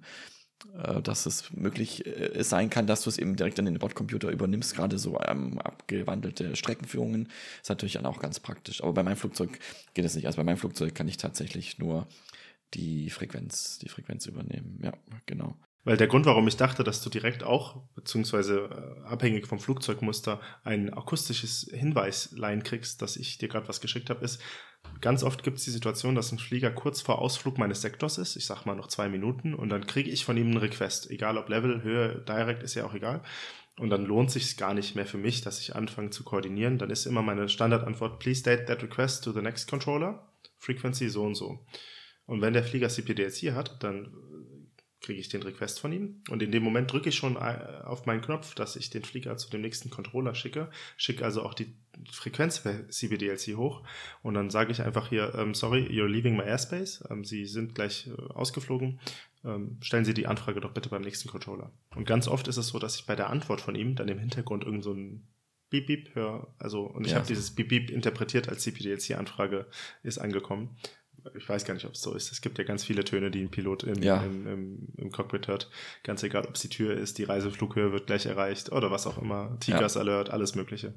dass es möglich sein kann, dass du es eben direkt an den Bordcomputer übernimmst, gerade so abgewandelte Streckenführungen. Ist natürlich dann auch ganz praktisch. Aber bei meinem Flugzeug geht es nicht. Also bei meinem Flugzeug kann ich tatsächlich nur die Frequenz übernehmen. Ja, genau. Weil der Grund, warum ich dachte, dass du direkt auch, beziehungsweise abhängig vom Flugzeugmuster, ein akustisches Hinweislein kriegst, dass ich dir gerade was geschickt habe, ist, ganz oft gibt es die Situation, dass ein Flieger kurz vor Ausflug meines Sektors ist, ich sag mal noch 2 Minuten, und dann kriege ich von ihm einen Request, egal ob Level, Höhe, Direct, ist ja auch egal. Und dann lohnt es sich gar nicht mehr für mich, dass ich anfange zu koordinieren. Dann ist immer meine Standardantwort, please date that request to the next controller, frequency so und so. Und wenn der Flieger CPDLC hat, dann kriege ich den Request von ihm und in dem Moment drücke ich schon auf meinen Knopf, dass ich den Flieger zu dem nächsten Controller schicke also auch die Frequenz per CPDLC hoch und dann sage ich einfach hier, sorry, you're leaving my airspace, Sie sind gleich ausgeflogen, stellen Sie die Anfrage doch bitte beim nächsten Controller. Und ganz oft ist es so, dass ich bei der Antwort von ihm dann im Hintergrund irgend so ein Beep-Beep höre, und ich habe dieses Beep-Beep interpretiert als CPDLC-Anfrage ist angekommen. Ich weiß gar nicht, ob es so ist. Es gibt ja ganz viele Töne, die ein Pilot im Cockpit hört. Ganz egal, ob es die Tür ist, die Reiseflughöhe wird gleich erreicht oder was auch immer. TCAS Alert, alles Mögliche.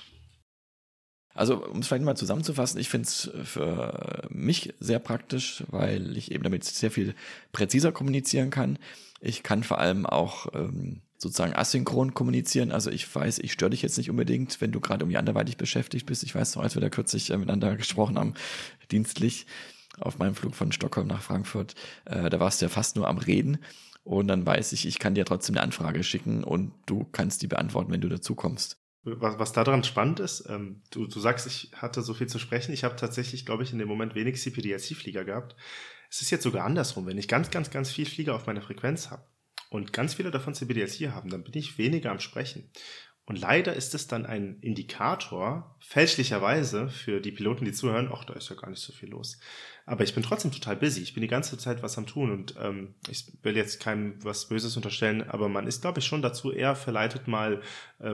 Also, um es vielleicht mal zusammenzufassen, ich finde es für mich sehr praktisch, weil ich eben damit sehr viel präziser kommunizieren kann. Ich kann vor allem auch sozusagen asynchron kommunizieren. Also ich weiß, ich störe dich jetzt nicht unbedingt, wenn du gerade irgendwie anderweitig beschäftigt bist. Ich weiß noch, als wir da kürzlich miteinander gesprochen haben, dienstlich, auf meinem Flug von Stockholm nach Frankfurt, da warst du ja fast nur am Reden. Und dann weiß ich, ich kann dir trotzdem eine Anfrage schicken und du kannst die beantworten, wenn du dazu kommst. Was daran spannend ist, du sagst, ich hatte so viel zu sprechen. Ich habe tatsächlich, glaube ich, in dem Moment wenig CPDLC-Flieger gehabt. Es ist jetzt sogar andersrum. Wenn ich ganz, ganz, ganz viel Flieger auf meiner Frequenz habe und ganz viele davon CPDLC haben, dann bin ich weniger am Sprechen. Und leider ist es dann ein Indikator, fälschlicherweise, für die Piloten, die zuhören, ach, da ist ja gar nicht so viel los. Aber ich bin trotzdem total busy. Ich bin die ganze Zeit was am Tun und ich will jetzt keinem was Böses unterstellen, aber man ist, glaube ich, schon dazu eher verleitet, mal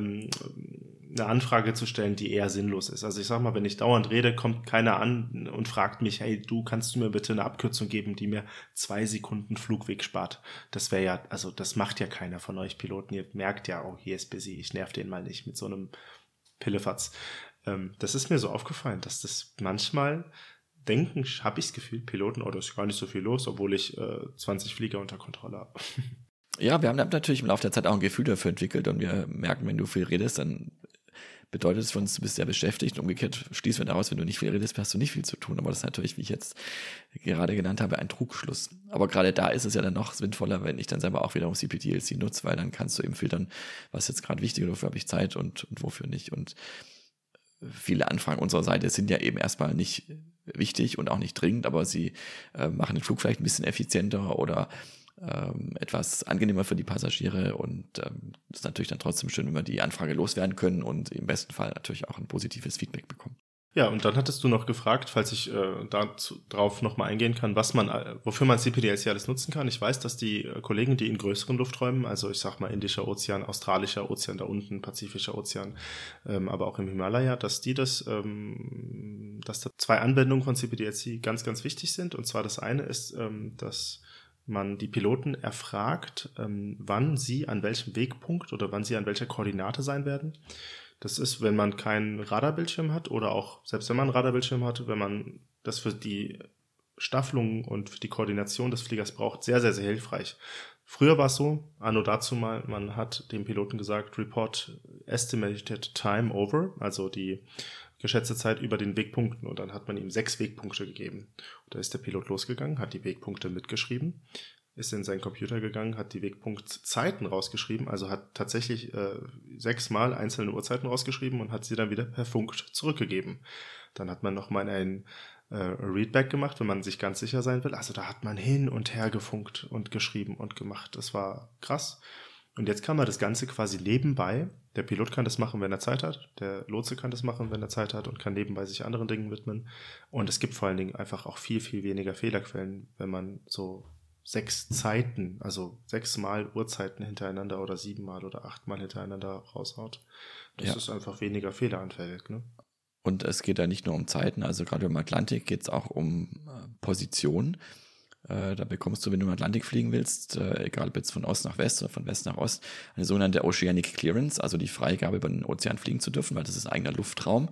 eine Anfrage zu stellen, die eher sinnlos ist. Also ich sag mal, wenn ich dauernd rede, kommt keiner an und fragt mich, hey, du, kannst du mir bitte eine Abkürzung geben, die mir 2 Sekunden Flugweg spart? Das wäre ja, also das macht ja keiner von euch Piloten. Ihr merkt ja, oh, hier ist busy, ich nerv den mal nicht mit so einem Pillefatz. Das ist mir so aufgefallen, dass das manchmal denken, habe ich das Gefühl, Piloten, oh, da ist gar nicht so viel los, obwohl ich 20 Flieger unter Kontrolle habe. Ja, wir haben natürlich im Laufe der Zeit auch ein Gefühl dafür entwickelt und wir merken, wenn du viel redest, dann bedeutet es für uns, du bist sehr beschäftigt und umgekehrt schließen wir daraus, wenn du nicht viel redest, hast du nicht viel zu tun. Aber das ist natürlich, wie ich jetzt gerade genannt habe, ein Trugschluss. Aber gerade da ist es ja dann noch sinnvoller, wenn ich dann selber auch wiederum CPDLC nutze, weil dann kannst du eben filtern, was jetzt gerade wichtig ist, wofür habe ich Zeit und wofür nicht. Und viele Anfragen unserer Seite sind ja eben erstmal nicht wichtig und auch nicht dringend, aber sie machen den Flug vielleicht ein bisschen effizienter oder etwas angenehmer für die Passagiere und das ist natürlich dann trotzdem schön, wenn wir die Anfrage loswerden können und im besten Fall natürlich auch ein positives Feedback bekommen. Ja, und dann hattest du noch gefragt, falls ich drauf nochmal eingehen kann, wofür man CPDLC alles nutzen kann. Ich weiß, dass die Kollegen, die in größeren Lufträumen, also ich sag mal Indischer Ozean, Australischer Ozean da unten, Pazifischer Ozean, aber auch im Himalaya, dass dass da 2 Anwendungen von CPDLC ganz, ganz wichtig sind. Und zwar das eine ist, dass man die Piloten erfragt, wann sie an welchem Wegpunkt oder wann sie an welcher Koordinate sein werden. Das ist, wenn man keinen Radarbildschirm hat oder auch, selbst wenn man einen Radarbildschirm hat, wenn man das für die Staffelung und für die Koordination des Fliegers braucht, sehr, sehr, sehr hilfreich. Früher war es so, anno dazu mal, man hat dem Piloten gesagt, Report Estimated Time Over, also die geschätzte Zeit über den Wegpunkten, und dann hat man ihm 6 Wegpunkte gegeben. Und da ist der Pilot losgegangen, hat die Wegpunkte mitgeschrieben, ist in seinen Computer gegangen, hat die Wegpunktzeiten rausgeschrieben, also hat tatsächlich 6 Mal einzelne Uhrzeiten rausgeschrieben und hat sie dann wieder per Funk zurückgegeben. Dann hat man nochmal ein Readback gemacht, wenn man sich ganz sicher sein will. Also da hat man hin und her gefunkt und geschrieben und gemacht. Das war krass. Und jetzt kann man das Ganze quasi nebenbei, der Pilot kann das machen, wenn er Zeit hat, der Lotse kann das machen, wenn er Zeit hat und kann nebenbei sich anderen Dingen widmen. Und es gibt vor allen Dingen einfach auch viel, viel weniger Fehlerquellen, wenn man so 6 Zeiten, also 6 Mal Uhrzeiten hintereinander oder 7 Mal oder 8 Mal hintereinander raushaut. Das ist einfach weniger fehleranfällig, ne? Und es geht da nicht nur um Zeiten, also gerade im Atlantik geht es auch um Position. Da bekommst du, wenn du im Atlantik fliegen willst, egal ob jetzt von Ost nach West oder von West nach Ost, eine sogenannte Oceanic Clearance, also die Freigabe, über den Ozean fliegen zu dürfen, weil das ist ein eigener Luftraum.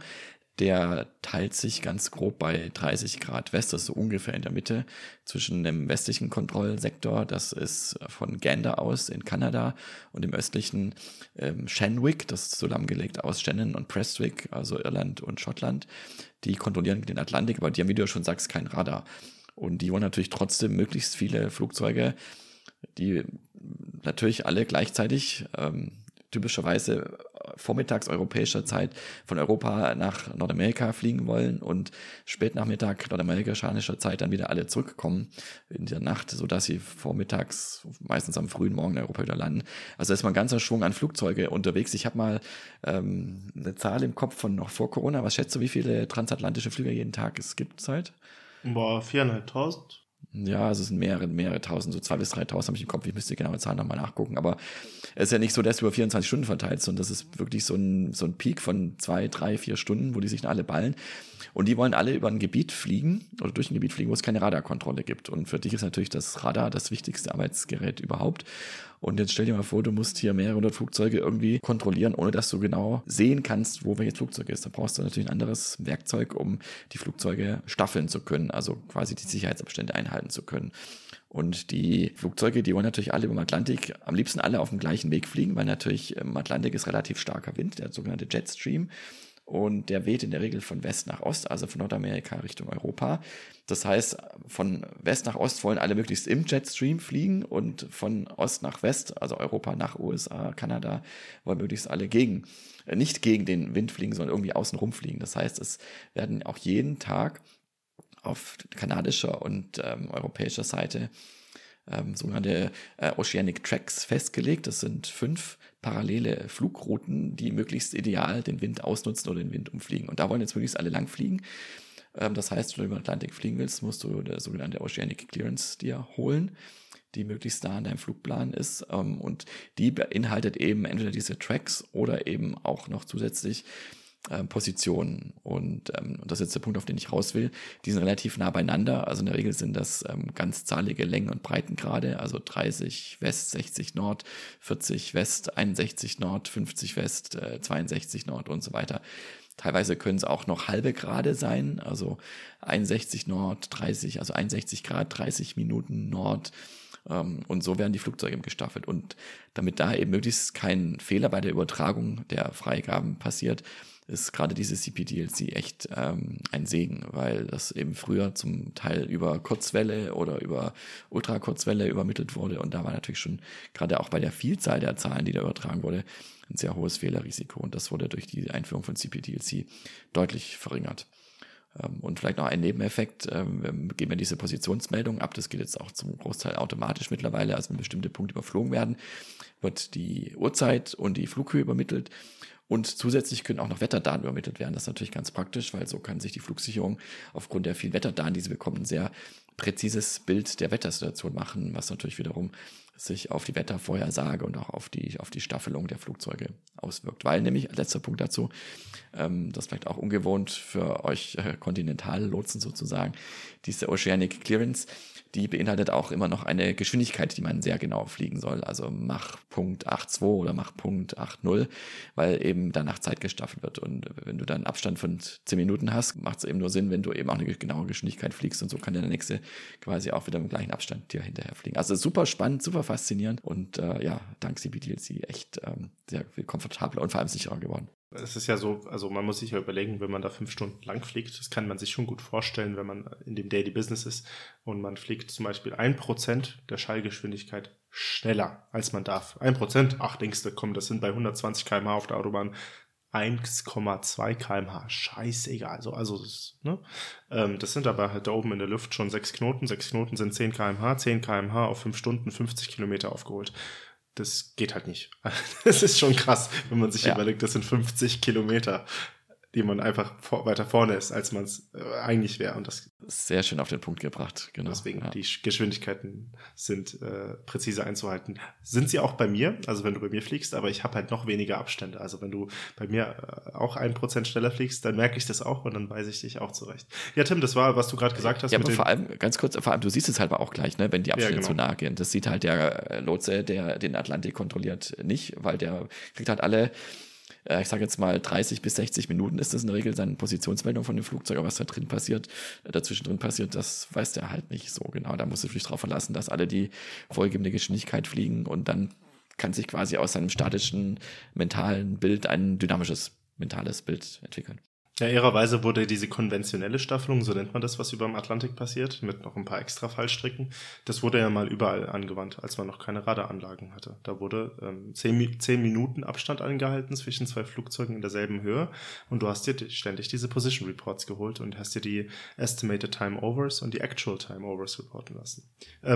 Der teilt sich ganz grob bei 30 Grad West, das ist so ungefähr in der Mitte zwischen dem westlichen Kontrollsektor, das ist von Gander aus in Kanada, und dem östlichen Shenwick, das ist zusammengelegt aus Shannon und Prestwick, also Irland und Schottland. Die kontrollieren den Atlantik, aber die haben, wie du ja schon sagst, kein Radar. Und die wollen natürlich trotzdem möglichst viele Flugzeuge, die natürlich alle gleichzeitig typischerweise vormittags europäischer Zeit von Europa nach Nordamerika fliegen wollen und spätnachmittag nordamerikanischer Zeit dann wieder alle zurückkommen in der Nacht, sodass sie vormittags meistens am frühen Morgen in Europa wieder landen. Also da ist mal ein ganzer Schwung an Flugzeuge unterwegs. Ich habe mal eine Zahl im Kopf von noch vor Corona. Was schätzt du, wie viele transatlantische Flüge jeden Tag es gibt zurzeit? Boah, 4.500. Ja, also es sind mehrere tausend, so 2.000 bis 3.000 habe ich im Kopf. Ich müsste die genaue Zahl nochmal nachgucken. Aber es ist ja nicht so, dass du über 24 Stunden verteilt, sondern das ist wirklich so ein Peak von 2, 3, 4 Stunden, wo die sich alle ballen. Und die wollen alle über ein Gebiet fliegen oder durch ein Gebiet fliegen, wo es keine Radarkontrolle gibt. Und für dich ist natürlich das Radar das wichtigste Arbeitsgerät überhaupt. Und jetzt stell dir mal vor, du musst hier mehrere hundert Flugzeuge irgendwie kontrollieren, ohne dass du genau sehen kannst, wo welches Flugzeug ist. Da brauchst du natürlich ein anderes Werkzeug, um die Flugzeuge staffeln zu können, also quasi die Sicherheitsabstände einhalten zu können. Und die Flugzeuge, die wollen natürlich alle über den Atlantik, am liebsten alle auf dem gleichen Weg fliegen, weil natürlich im Atlantik ist relativ starker Wind, der sogenannte Jetstream. und der weht in der Regel von West nach Ost, also von Nordamerika Richtung Europa. Das heißt, von West nach Ost wollen alle möglichst im Jetstream fliegen und von Ost nach West, also Europa nach USA, Kanada, wollen möglichst alle nicht gegen den Wind fliegen, sondern irgendwie außenrum fliegen. Das heißt, es werden auch jeden Tag auf kanadischer und europäischer Seite sogenannte Oceanic Tracks festgelegt. Das sind 5 parallele Flugrouten, die möglichst ideal den Wind ausnutzen oder den Wind umfliegen. Und da wollen jetzt möglichst alle lang fliegen. Das heißt, wenn du über den Atlantik fliegen willst, musst du eine sogenannte Oceanic Clearance dir holen, die möglichst nah an deinem Flugplan ist. Und die beinhaltet eben entweder diese Tracks oder eben auch noch zusätzlich Positionen. Und das ist jetzt der Punkt, auf den ich raus will. Die sind relativ nah beieinander. Also in der Regel sind das ganzzahlige Längen- und Breitengrade, also 30 West, 60 Nord, 40 West, 61 Nord, 50 West, 62 Nord und so weiter. Teilweise können es auch noch halbe Grade sein, also 61 Nord, 30, also 61 Grad, 30 Minuten Nord. Und so werden die Flugzeuge eben gestaffelt. Und damit da eben möglichst kein Fehler bei der Übertragung der Freigaben passiert, ist gerade dieses CPDLC echt ein Segen, weil das eben früher zum Teil über Kurzwelle oder über Ultrakurzwelle übermittelt wurde. Und da war natürlich schon gerade auch bei der Vielzahl der Zahlen, die da übertragen wurde, ein sehr hohes Fehlerrisiko. Und das wurde durch die Einführung von CPDLC deutlich verringert. Und vielleicht noch ein Nebeneffekt, geben wir diese Positionsmeldung ab, das geht jetzt auch zum Großteil automatisch mittlerweile, also wenn bestimmte Punkte überflogen werden, wird die Uhrzeit und die Flughöhe übermittelt und zusätzlich können auch noch Wetterdaten übermittelt werden. Das ist natürlich ganz praktisch, weil so kann sich die Flugsicherung aufgrund der vielen Wetterdaten, die sie bekommen, ein sehr präzises Bild der Wettersituation machen, was natürlich wiederum sich auf die Wettervorhersage und auch auf die Staffelung der Flugzeuge auswirkt. Weil nämlich, letzter Punkt dazu, das ist vielleicht auch ungewohnt für euch Kontinentallotsen sozusagen, diese Oceanic Clearance, die beinhaltet auch immer noch eine Geschwindigkeit, die man sehr genau fliegen soll, also Mach Punkt 8,2 oder Mach Punkt 8,0, weil eben danach Zeit gestaffelt wird. Und wenn du dann einen Abstand von 10 Minuten hast, macht es eben nur Sinn, wenn du eben auch eine genaue Geschwindigkeit fliegst und so kann der nächste quasi auch wieder mit dem gleichen Abstand dir hinterher fliegen. Also super spannend, super faszinierend und dank CPDLC echt sehr viel komfortabler und vor allem sicherer geworden. Es ist ja so, also man muss sich ja überlegen, wenn man da 5 Stunden lang fliegt, das kann man sich schon gut vorstellen, wenn man in dem Daily Business ist und man fliegt zum Beispiel 1% der Schallgeschwindigkeit schneller, als man darf. 1%, ach denkst du, komm, das sind bei 120 km/h auf der Autobahn 1,2 km/h, scheißegal. Also das sind aber halt da oben in der Luft schon 6 Knoten. 6 Knoten sind 10 km/h, 10 km/h auf 5 Stunden 50 Kilometer aufgeholt. Das geht halt nicht. Das ist schon krass, wenn man sich überlegt, das sind 50 Kilometer, die man einfach weiter vorne ist, als man es eigentlich wäre. Und das sehr schön auf den Punkt gebracht, genau. Deswegen, die Geschwindigkeiten sind präzise einzuhalten. Sind sie auch bei mir, also wenn du bei mir fliegst, aber ich habe halt noch weniger Abstände. Also wenn du bei mir auch 1% schneller fliegst, dann merke ich das auch und dann weise ich dich auch zurecht. Ja, Tim, das war, was du gerade gesagt hast. Ja, aber vor allem, ganz kurz, du siehst es halt auch gleich, ne, wenn die Abstände zu nahe gehen. Das sieht halt der Lotse, der den Atlantik kontrolliert, nicht, weil der kriegt halt alle, ich sage jetzt mal 30 bis 60 Minuten ist das in der Regel seine Positionsmeldung von dem Flugzeug, aber was da drin passiert, dazwischen drin passiert, das weiß der halt nicht so genau. Da musst du dich drauf verlassen, dass alle die vorgegebene Geschwindigkeit fliegen und dann kann sich quasi aus seinem statischen mentalen Bild ein dynamisches mentales Bild entwickeln. Ja, ehrerweise wurde diese konventionelle Staffelung, so nennt man das, was über dem Atlantik passiert, mit noch ein paar extra Fallstricken, das wurde ja mal überall angewandt, als man noch keine Radaranlagen hatte. Da wurde 10 Minuten Abstand eingehalten zwischen 2 Flugzeugen in derselben Höhe und du hast dir ständig diese Position Reports geholt und hast dir die Estimated Time Overs und die Actual Time Overs reporten lassen.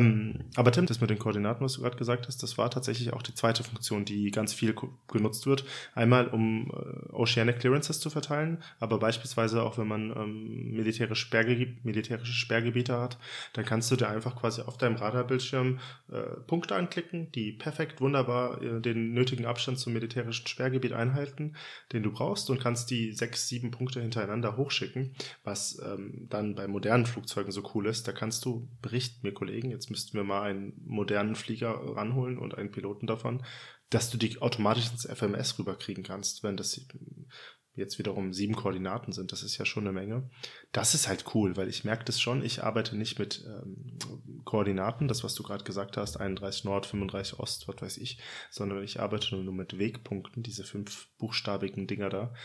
Aber Tim, das mit den Koordinaten, was du gerade gesagt hast, das war tatsächlich auch die zweite Funktion, die ganz viel genutzt wird. Einmal, um Oceanic Clearances zu verteilen, aber beispielsweise auch, wenn man militärische Sperrgebiete hat, dann kannst du dir einfach quasi auf deinem Radarbildschirm Punkte anklicken, die perfekt, wunderbar den nötigen Abstand zum militärischen Sperrgebiet einhalten, den du brauchst und kannst die 6, 7 Punkte hintereinander hochschicken, was dann bei modernen Flugzeugen so cool ist. Da kannst du, berichten mir Kollegen, jetzt müssten wir mal einen modernen Flieger ranholen und einen Piloten davon, dass du die automatisch ins FMS rüberkriegen kannst, wenn das jetzt wiederum 7 Koordinaten sind, das ist ja schon eine Menge. Das ist halt cool, weil ich merke das schon, ich arbeite nicht mit Koordinaten, das, was du gerade gesagt hast, 31 Nord, 35 Ost, was weiß ich, sondern ich arbeite nur mit Wegpunkten, diese 5 buchstabigen Dinger da.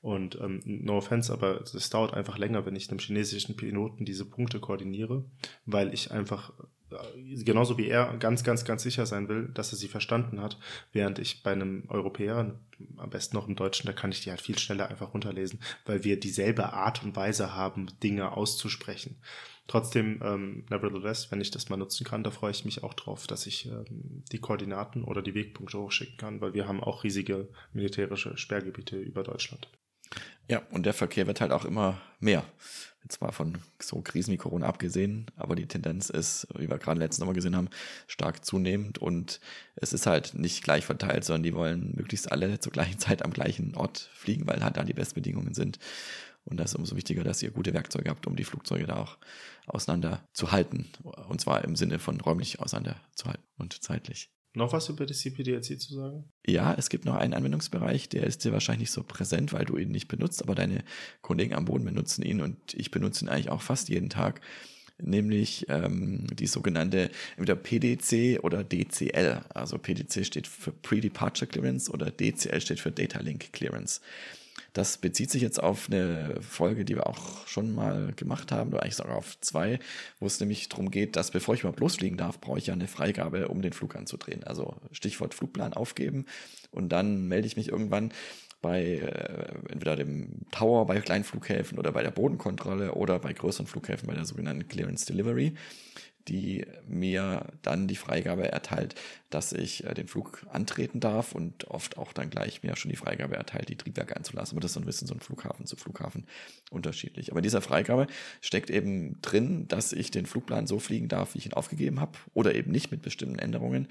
Und no offense, aber es dauert einfach länger, wenn ich einem chinesischen Piloten diese Punkte koordiniere, weil ich einfach genauso wie er ganz, ganz, ganz sicher sein will, dass er sie verstanden hat, während ich bei einem Europäer, am besten noch im Deutschen, da kann ich die halt viel schneller einfach runterlesen, weil wir dieselbe Art und Weise haben, Dinge auszusprechen. Trotzdem, nevertheless, wenn ich das mal nutzen kann, da freue ich mich auch drauf, dass ich die Koordinaten oder die Wegpunkte hochschicken kann, weil wir haben auch riesige militärische Sperrgebiete über Deutschland. Ja, und der Verkehr wird halt auch immer mehr. Jetzt mal von so Krisen wie Corona abgesehen, aber die Tendenz ist, wie wir gerade letzten Sommer gesehen haben, stark zunehmend und es ist halt nicht gleich verteilt, sondern die wollen möglichst alle zur gleichen Zeit am gleichen Ort fliegen, weil halt da die Bestbedingungen sind. Und das ist umso wichtiger, dass ihr gute Werkzeuge habt, um die Flugzeuge da auch auseinander zu halten. Und zwar im Sinne von räumlich auseinander zu halten und zeitlich. Noch was über die CPDLC zu sagen? Ja, es gibt noch einen Anwendungsbereich, der ist dir wahrscheinlich nicht so präsent, weil du ihn nicht benutzt, aber deine Kollegen am Boden benutzen ihn und ich benutze ihn eigentlich auch fast jeden Tag, nämlich die sogenannte entweder PDC oder DCL. Also PDC steht für Pre-Departure Clearance oder DCL steht für Data Link Clearance. Das bezieht sich jetzt auf eine Folge, die wir auch schon mal gemacht haben, oder eigentlich sogar auf 2, wo es nämlich darum geht, dass bevor ich überhaupt losfliegen darf, brauche ich ja eine Freigabe, um den Flug anzudrehen. Also Stichwort Flugplan aufgeben und dann melde ich mich irgendwann bei entweder dem Tower bei kleinen Flughäfen oder bei der Bodenkontrolle oder bei größeren Flughäfen bei der sogenannten Clearance Delivery, die mir dann die Freigabe erteilt, dass ich den Flug antreten darf und oft auch dann gleich mir schon die Freigabe erteilt, die Triebwerke anzulassen. Aber das ist so ein bisschen so ein Flughafen zu Flughafen unterschiedlich. Aber in dieser Freigabe steckt eben drin, dass ich den Flugplan so fliegen darf, wie ich ihn aufgegeben habe oder eben nicht mit bestimmten Änderungen.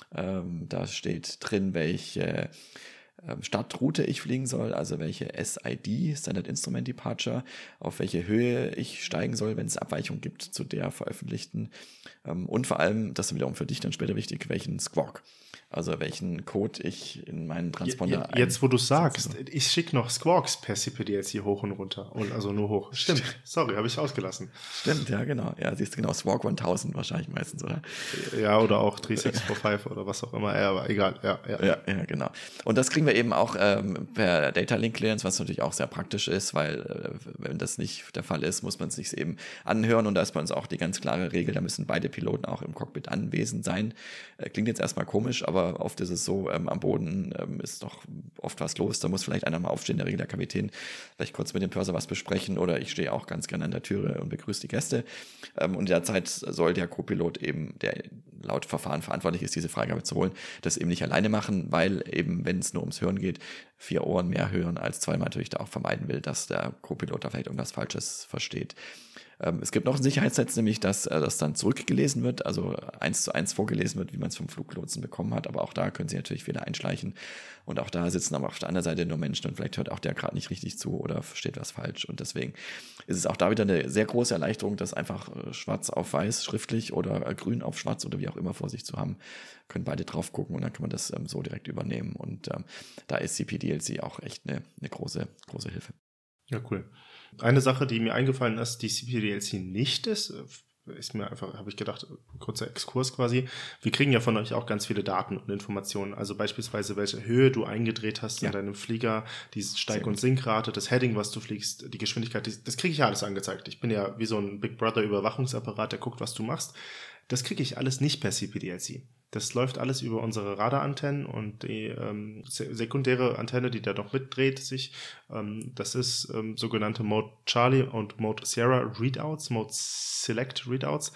Da steht drin, welche Startroute ich fliegen soll, also welche SID, Standard Instrument Departure, auf welche Höhe ich steigen soll, wenn es Abweichungen gibt zu der veröffentlichten und vor allem, das ist wiederum für dich dann später wichtig, welchen Squawk, also welchen Code ich in meinen Transponder Jetzt, wo du sagst, ich schicke noch Squawks per CPDLC hoch und runter, und also nur hoch. Stimmt, sorry, habe ich ausgelassen. Stimmt, ja genau, ja, siehst du genau, Squawk 1000 wahrscheinlich meistens, oder? Ja, oder auch 3645 oder was auch immer, aber egal, ja, genau. Und das kriegen wir eben auch per Data Link Clearance, was natürlich auch sehr praktisch ist, weil wenn das nicht der Fall ist, muss man es sich eben anhören und da ist bei uns auch die ganz klare Regel, da müssen beide Piloten auch im Cockpit anwesend sein. Klingt jetzt erstmal komisch, aber oft ist es so, am Boden ist doch oft was los, da muss vielleicht einer mal aufstehen, in der Regel der Kapitän, vielleicht kurz mit dem Purser was besprechen oder ich stehe auch ganz gerne an der Türe und begrüße die Gäste und in der Zeit soll der Co-Pilot eben, der laut Verfahren verantwortlich ist, diese Freigabe zu holen, das eben nicht alleine machen, weil eben, wenn es nur ums Hören geht, 4 Ohren mehr hören als 2, man natürlich da auch vermeiden will, dass der Co-Pilot da vielleicht irgendwas Falsches versteht. Es gibt noch ein Sicherheitsnetz, nämlich, dass das dann zurückgelesen wird, also 1:1 vorgelesen wird, wie man es vom Fluglotsen bekommen hat, aber auch da können Sie natürlich Fehler einschleichen und auch da sitzen aber auf der anderen Seite nur Menschen und vielleicht hört auch der gerade nicht richtig zu oder versteht was falsch und deswegen ist es auch da wieder eine sehr große Erleichterung, das einfach schwarz auf weiß schriftlich oder grün auf schwarz oder wie auch immer vor sich zu haben, können beide drauf gucken und dann kann man das so direkt übernehmen und da ist CPDLC auch echt eine große Hilfe. Ja, cool. Eine Sache, die mir eingefallen ist, die CPDLC nicht ist mir einfach, habe ich gedacht, kurzer Exkurs quasi. Wir kriegen ja von euch auch ganz viele Daten und Informationen, also beispielsweise welche Höhe du eingedreht hast in deinem Flieger, die Steig- und Sinkrate, das Heading, was du fliegst, die Geschwindigkeit, das kriege ich ja alles angezeigt. Ich bin ja wie so ein Big Brother Überwachungsapparat, der guckt, was du machst. Das kriege ich alles nicht per CPDLC. Das läuft alles über unsere Radarantennen und die sekundäre Antenne, die da noch mitdreht sich, das ist sogenannte Mode Charlie und Mode Sierra Readouts, Mode Select Readouts.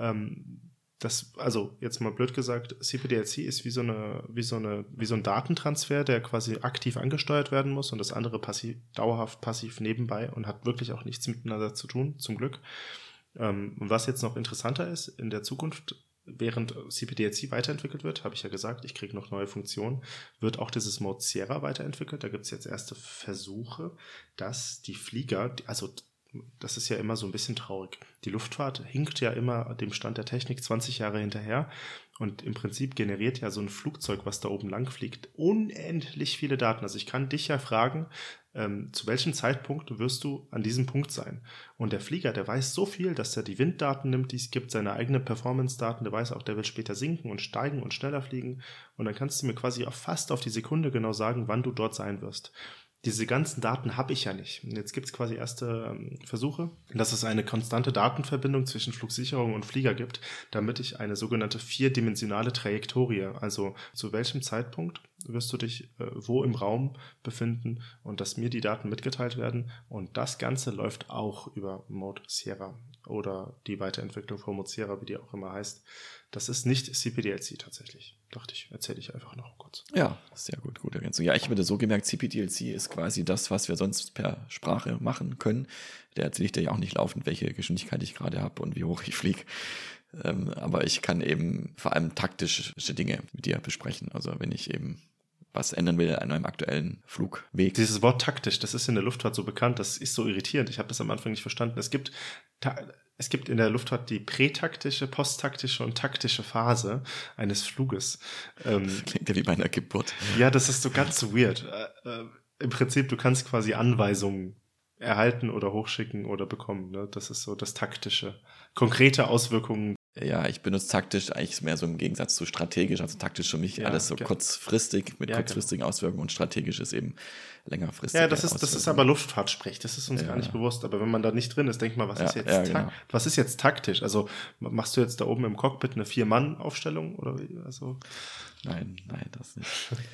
Also jetzt mal blöd gesagt, CPDLC ist wie so ein Datentransfer, der quasi aktiv angesteuert werden muss und das andere dauerhaft passiv nebenbei und hat wirklich auch nichts miteinander zu tun, zum Glück. Und was jetzt noch interessanter ist, in der Zukunft, während CPDLC weiterentwickelt wird, habe ich ja gesagt, ich kriege noch neue Funktionen, wird auch dieses Mode Sierra weiterentwickelt. Da gibt es jetzt erste Versuche, dass die Flieger, also das ist ja immer so ein bisschen traurig. Die Luftfahrt hinkt ja immer dem Stand der Technik 20 Jahre hinterher und im Prinzip generiert ja so ein Flugzeug, was da oben lang fliegt, unendlich viele Daten. Also ich kann dich ja fragen, zu welchem Zeitpunkt wirst du an diesem Punkt sein? Und der Flieger, der weiß so viel, dass er die Winddaten nimmt, die es gibt, seine eigenen Performance-Daten, der weiß auch, der will später sinken und steigen und schneller fliegen und dann kannst du mir quasi auch fast auf die Sekunde genau sagen, wann du dort sein wirst. diese ganzen Daten habe ich ja nicht. Und jetzt gibt es quasi erste Versuche, dass es eine konstante Datenverbindung zwischen Flugsicherung und Flieger gibt, damit ich eine sogenannte 4-dimensionale Trajektorie, also zu welchem Zeitpunkt wirst du dich wo im Raum befinden und dass mir die Daten mitgeteilt werden. Und das Ganze läuft auch über Mode Sierra oder die Weiterentwicklung von Mode Sierra, wie die auch immer heißt. Das ist nicht CPDLC tatsächlich. Dachte ich, erzähle ich einfach noch kurz. Ja, sehr gut, gute Ergänzung. Ja, ich würde so gemerkt, CPDLC ist quasi das, was wir sonst per Sprache machen können. Der erzähle ich dir ja auch nicht laufend, welche Geschwindigkeit ich gerade habe und wie hoch ich fliege. Aber ich kann eben vor allem taktische Dinge mit dir besprechen. Also wenn ich eben was ändern will an meinem aktuellen Flugweg. Dieses Wort taktisch, das ist in der Luftfahrt so bekannt, das ist so irritierend. Ich habe das am Anfang nicht verstanden. Es gibt in der Luftfahrt die prätaktische, posttaktische und taktische Phase eines Fluges. Das klingt ja wie bei einer Geburt. Ja, das ist so ganz weird. Im Prinzip, du kannst quasi Anweisungen erhalten oder hochschicken oder bekommen. Ne? Das ist so das Taktische. Konkrete Auswirkungen. Ja, ich benutze taktisch eigentlich mehr so im Gegensatz zu strategisch. Also taktisch für mich alles so kurzfristig mit kurzfristigen Auswirkungen und strategisch ist eben längerfristig. Ja, das ist aber Luftfahrtsprech. Das ist uns gar nicht bewusst. Aber wenn man da nicht drin ist, denkt man, was ist jetzt taktisch? Also machst du jetzt da oben im Cockpit eine 4-Mann-Aufstellung oder wie? Also Nein, das nicht.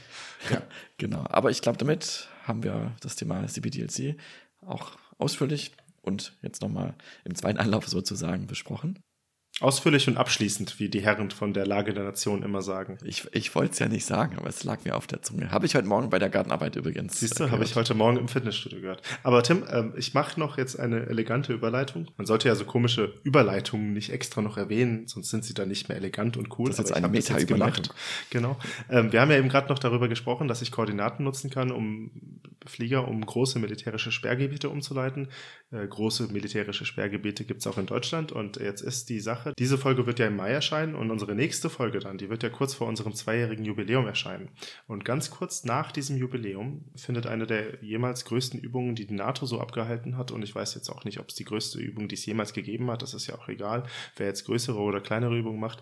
Ja, genau. Aber ich glaube, damit haben wir das Thema CPDLC auch ausführlich und jetzt nochmal im zweiten Anlauf sozusagen besprochen. Ausführlich und abschließend, wie die Herren von der Lage der Nation immer sagen. Ich wollte es ja nicht sagen, aber es lag mir auf der Zunge. Habe ich heute Morgen bei der Gartenarbeit übrigens. Siehst du, habe ich heute Morgen im Fitnessstudio gehört. Aber Tim, ich mache noch jetzt eine elegante Überleitung. Man sollte ja so komische Überleitungen nicht extra noch erwähnen, sonst sind sie dann nicht mehr elegant und cool. Das ist jetzt eine Meta-Überleitung. Genau. Wir haben ja eben gerade noch darüber gesprochen, dass ich Koordinaten nutzen kann, um große militärische Sperrgebiete umzuleiten. Große militärische Sperrgebiete gibt es auch in Deutschland und jetzt ist die Sache, diese Folge wird ja im Mai erscheinen und unsere nächste Folge dann, die wird ja kurz vor unserem 2-jährigen Jubiläum erscheinen. Und ganz kurz nach diesem Jubiläum findet eine der jemals größten Übungen, die NATO so abgehalten hat, und ich weiß jetzt auch nicht, ob es die größte Übung, die es jemals gegeben hat, das ist ja auch egal, wer jetzt größere oder kleinere Übungen macht,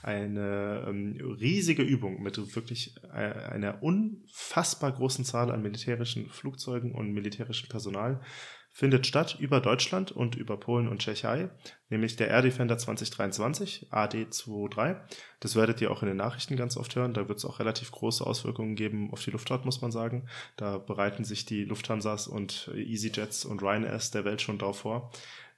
eine riesige Übung mit wirklich einer unfassbar großen Zahl an militärischen Flugzeugen und militärischem Personal findet statt über Deutschland und über Polen und Tschechei, nämlich der Air Defender 2023, AD23. Das werdet ihr auch in den Nachrichten ganz oft hören. Da wird es auch relativ große Auswirkungen geben auf die Luftfahrt, muss man sagen. Da bereiten sich die Lufthansas und EasyJets und Ryanairs der Welt schon drauf vor.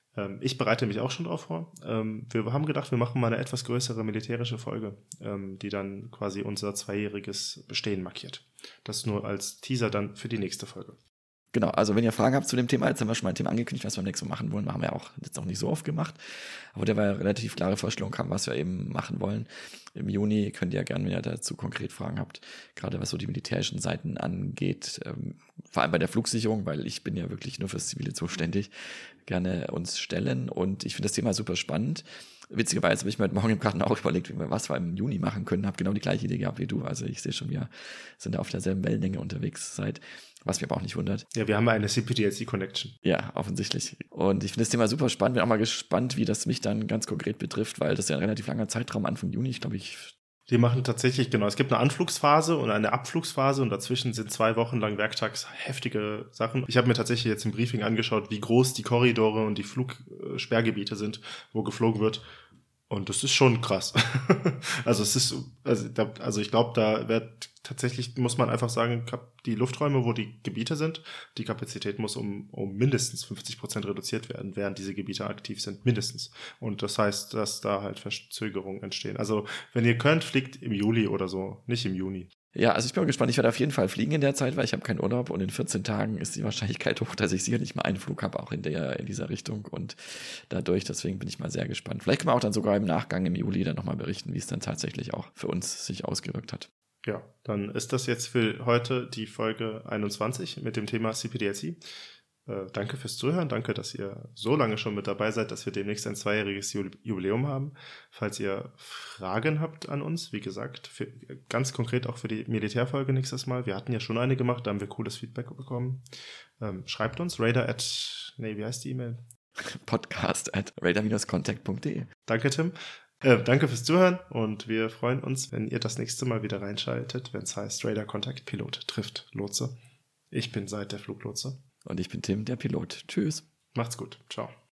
Ich bereite mich auch schon drauf vor. Wir haben gedacht, wir machen mal eine etwas größere militärische Folge, die dann quasi unser 2-jähriges Bestehen markiert. Das nur als Teaser dann für die nächste Folge. Genau, also wenn ihr Fragen habt zu dem Thema, jetzt haben wir schon mal ein Thema angekündigt, was wir nächstes Mal machen wollen, haben wir auch jetzt noch nicht so oft gemacht, aber der war ja relativ klare Vorstellung haben, was wir eben machen wollen. Im Juni könnt ihr gerne, wenn ihr dazu konkret Fragen habt, gerade was so die militärischen Seiten angeht, vor allem bei der Flugsicherung, weil ich bin ja wirklich nur fürs Zivile zuständig, gerne uns stellen und ich finde das Thema super spannend. Witzigerweise habe ich mir heute Morgen im Garten auch überlegt, was wir im Juni machen können. Habe genau die gleiche Idee gehabt wie du. Also ich sehe schon, wir sind da auf derselben Wellenlänge unterwegs seit, was mich aber auch nicht wundert. Ja, wir haben eine CPDLC-Connection. Ja, offensichtlich. Und ich finde das Thema super spannend. Bin auch mal gespannt, wie das mich dann ganz konkret betrifft, weil das ist ja ein relativ langer Zeitraum, Anfang Juni. Ich glaube, die machen tatsächlich, genau, es gibt eine Anflugsphase und eine Abflugsphase und dazwischen sind 2 Wochen lang werktags heftige Sachen. Ich habe mir tatsächlich jetzt im Briefing angeschaut, wie groß die Korridore und die Flugsperrgebiete sind, wo geflogen wird. Und das ist schon krass. Also ich glaube, da wird tatsächlich, muss man einfach sagen, die Lufträume, wo die Gebiete sind, die Kapazität muss um mindestens 50% reduziert werden, während diese Gebiete aktiv sind, mindestens. Und das heißt, dass da halt Verzögerungen entstehen. Also wenn ihr könnt, fliegt im Juli oder so, nicht im Juni. Ja, also ich bin mal gespannt. Ich werde auf jeden Fall fliegen in der Zeit, weil ich habe keinen Urlaub und in 14 Tagen ist die Wahrscheinlichkeit hoch, dass ich sicherlich mal einen Flug habe, auch in dieser Richtung und dadurch, deswegen bin ich mal sehr gespannt. Vielleicht können wir auch dann sogar im Nachgang im Juli dann nochmal berichten, wie es dann tatsächlich auch für uns sich ausgewirkt hat. Ja, dann ist das jetzt für heute die Folge 21 mit dem Thema CPDLC. Danke fürs Zuhören, danke, dass ihr so lange schon mit dabei seid, dass wir demnächst ein 2-jähriges Jubiläum haben. Falls ihr Fragen habt an uns, wie gesagt, ganz konkret auch für die Militärfolge nächstes Mal. Wir hatten ja schon eine gemacht, da haben wir cooles Feedback bekommen. Schreibt uns, wie heißt die E-Mail? podcast@radar-contact.de. Danke, Tim. Danke fürs Zuhören und wir freuen uns, wenn ihr das nächste Mal wieder reinschaltet, wenn es heißt Radar Contact Pilot trifft Lotse. Ich bin Seid, der Fluglotse. Und ich bin Tim, der Pilot. Tschüss. Macht's gut. Ciao.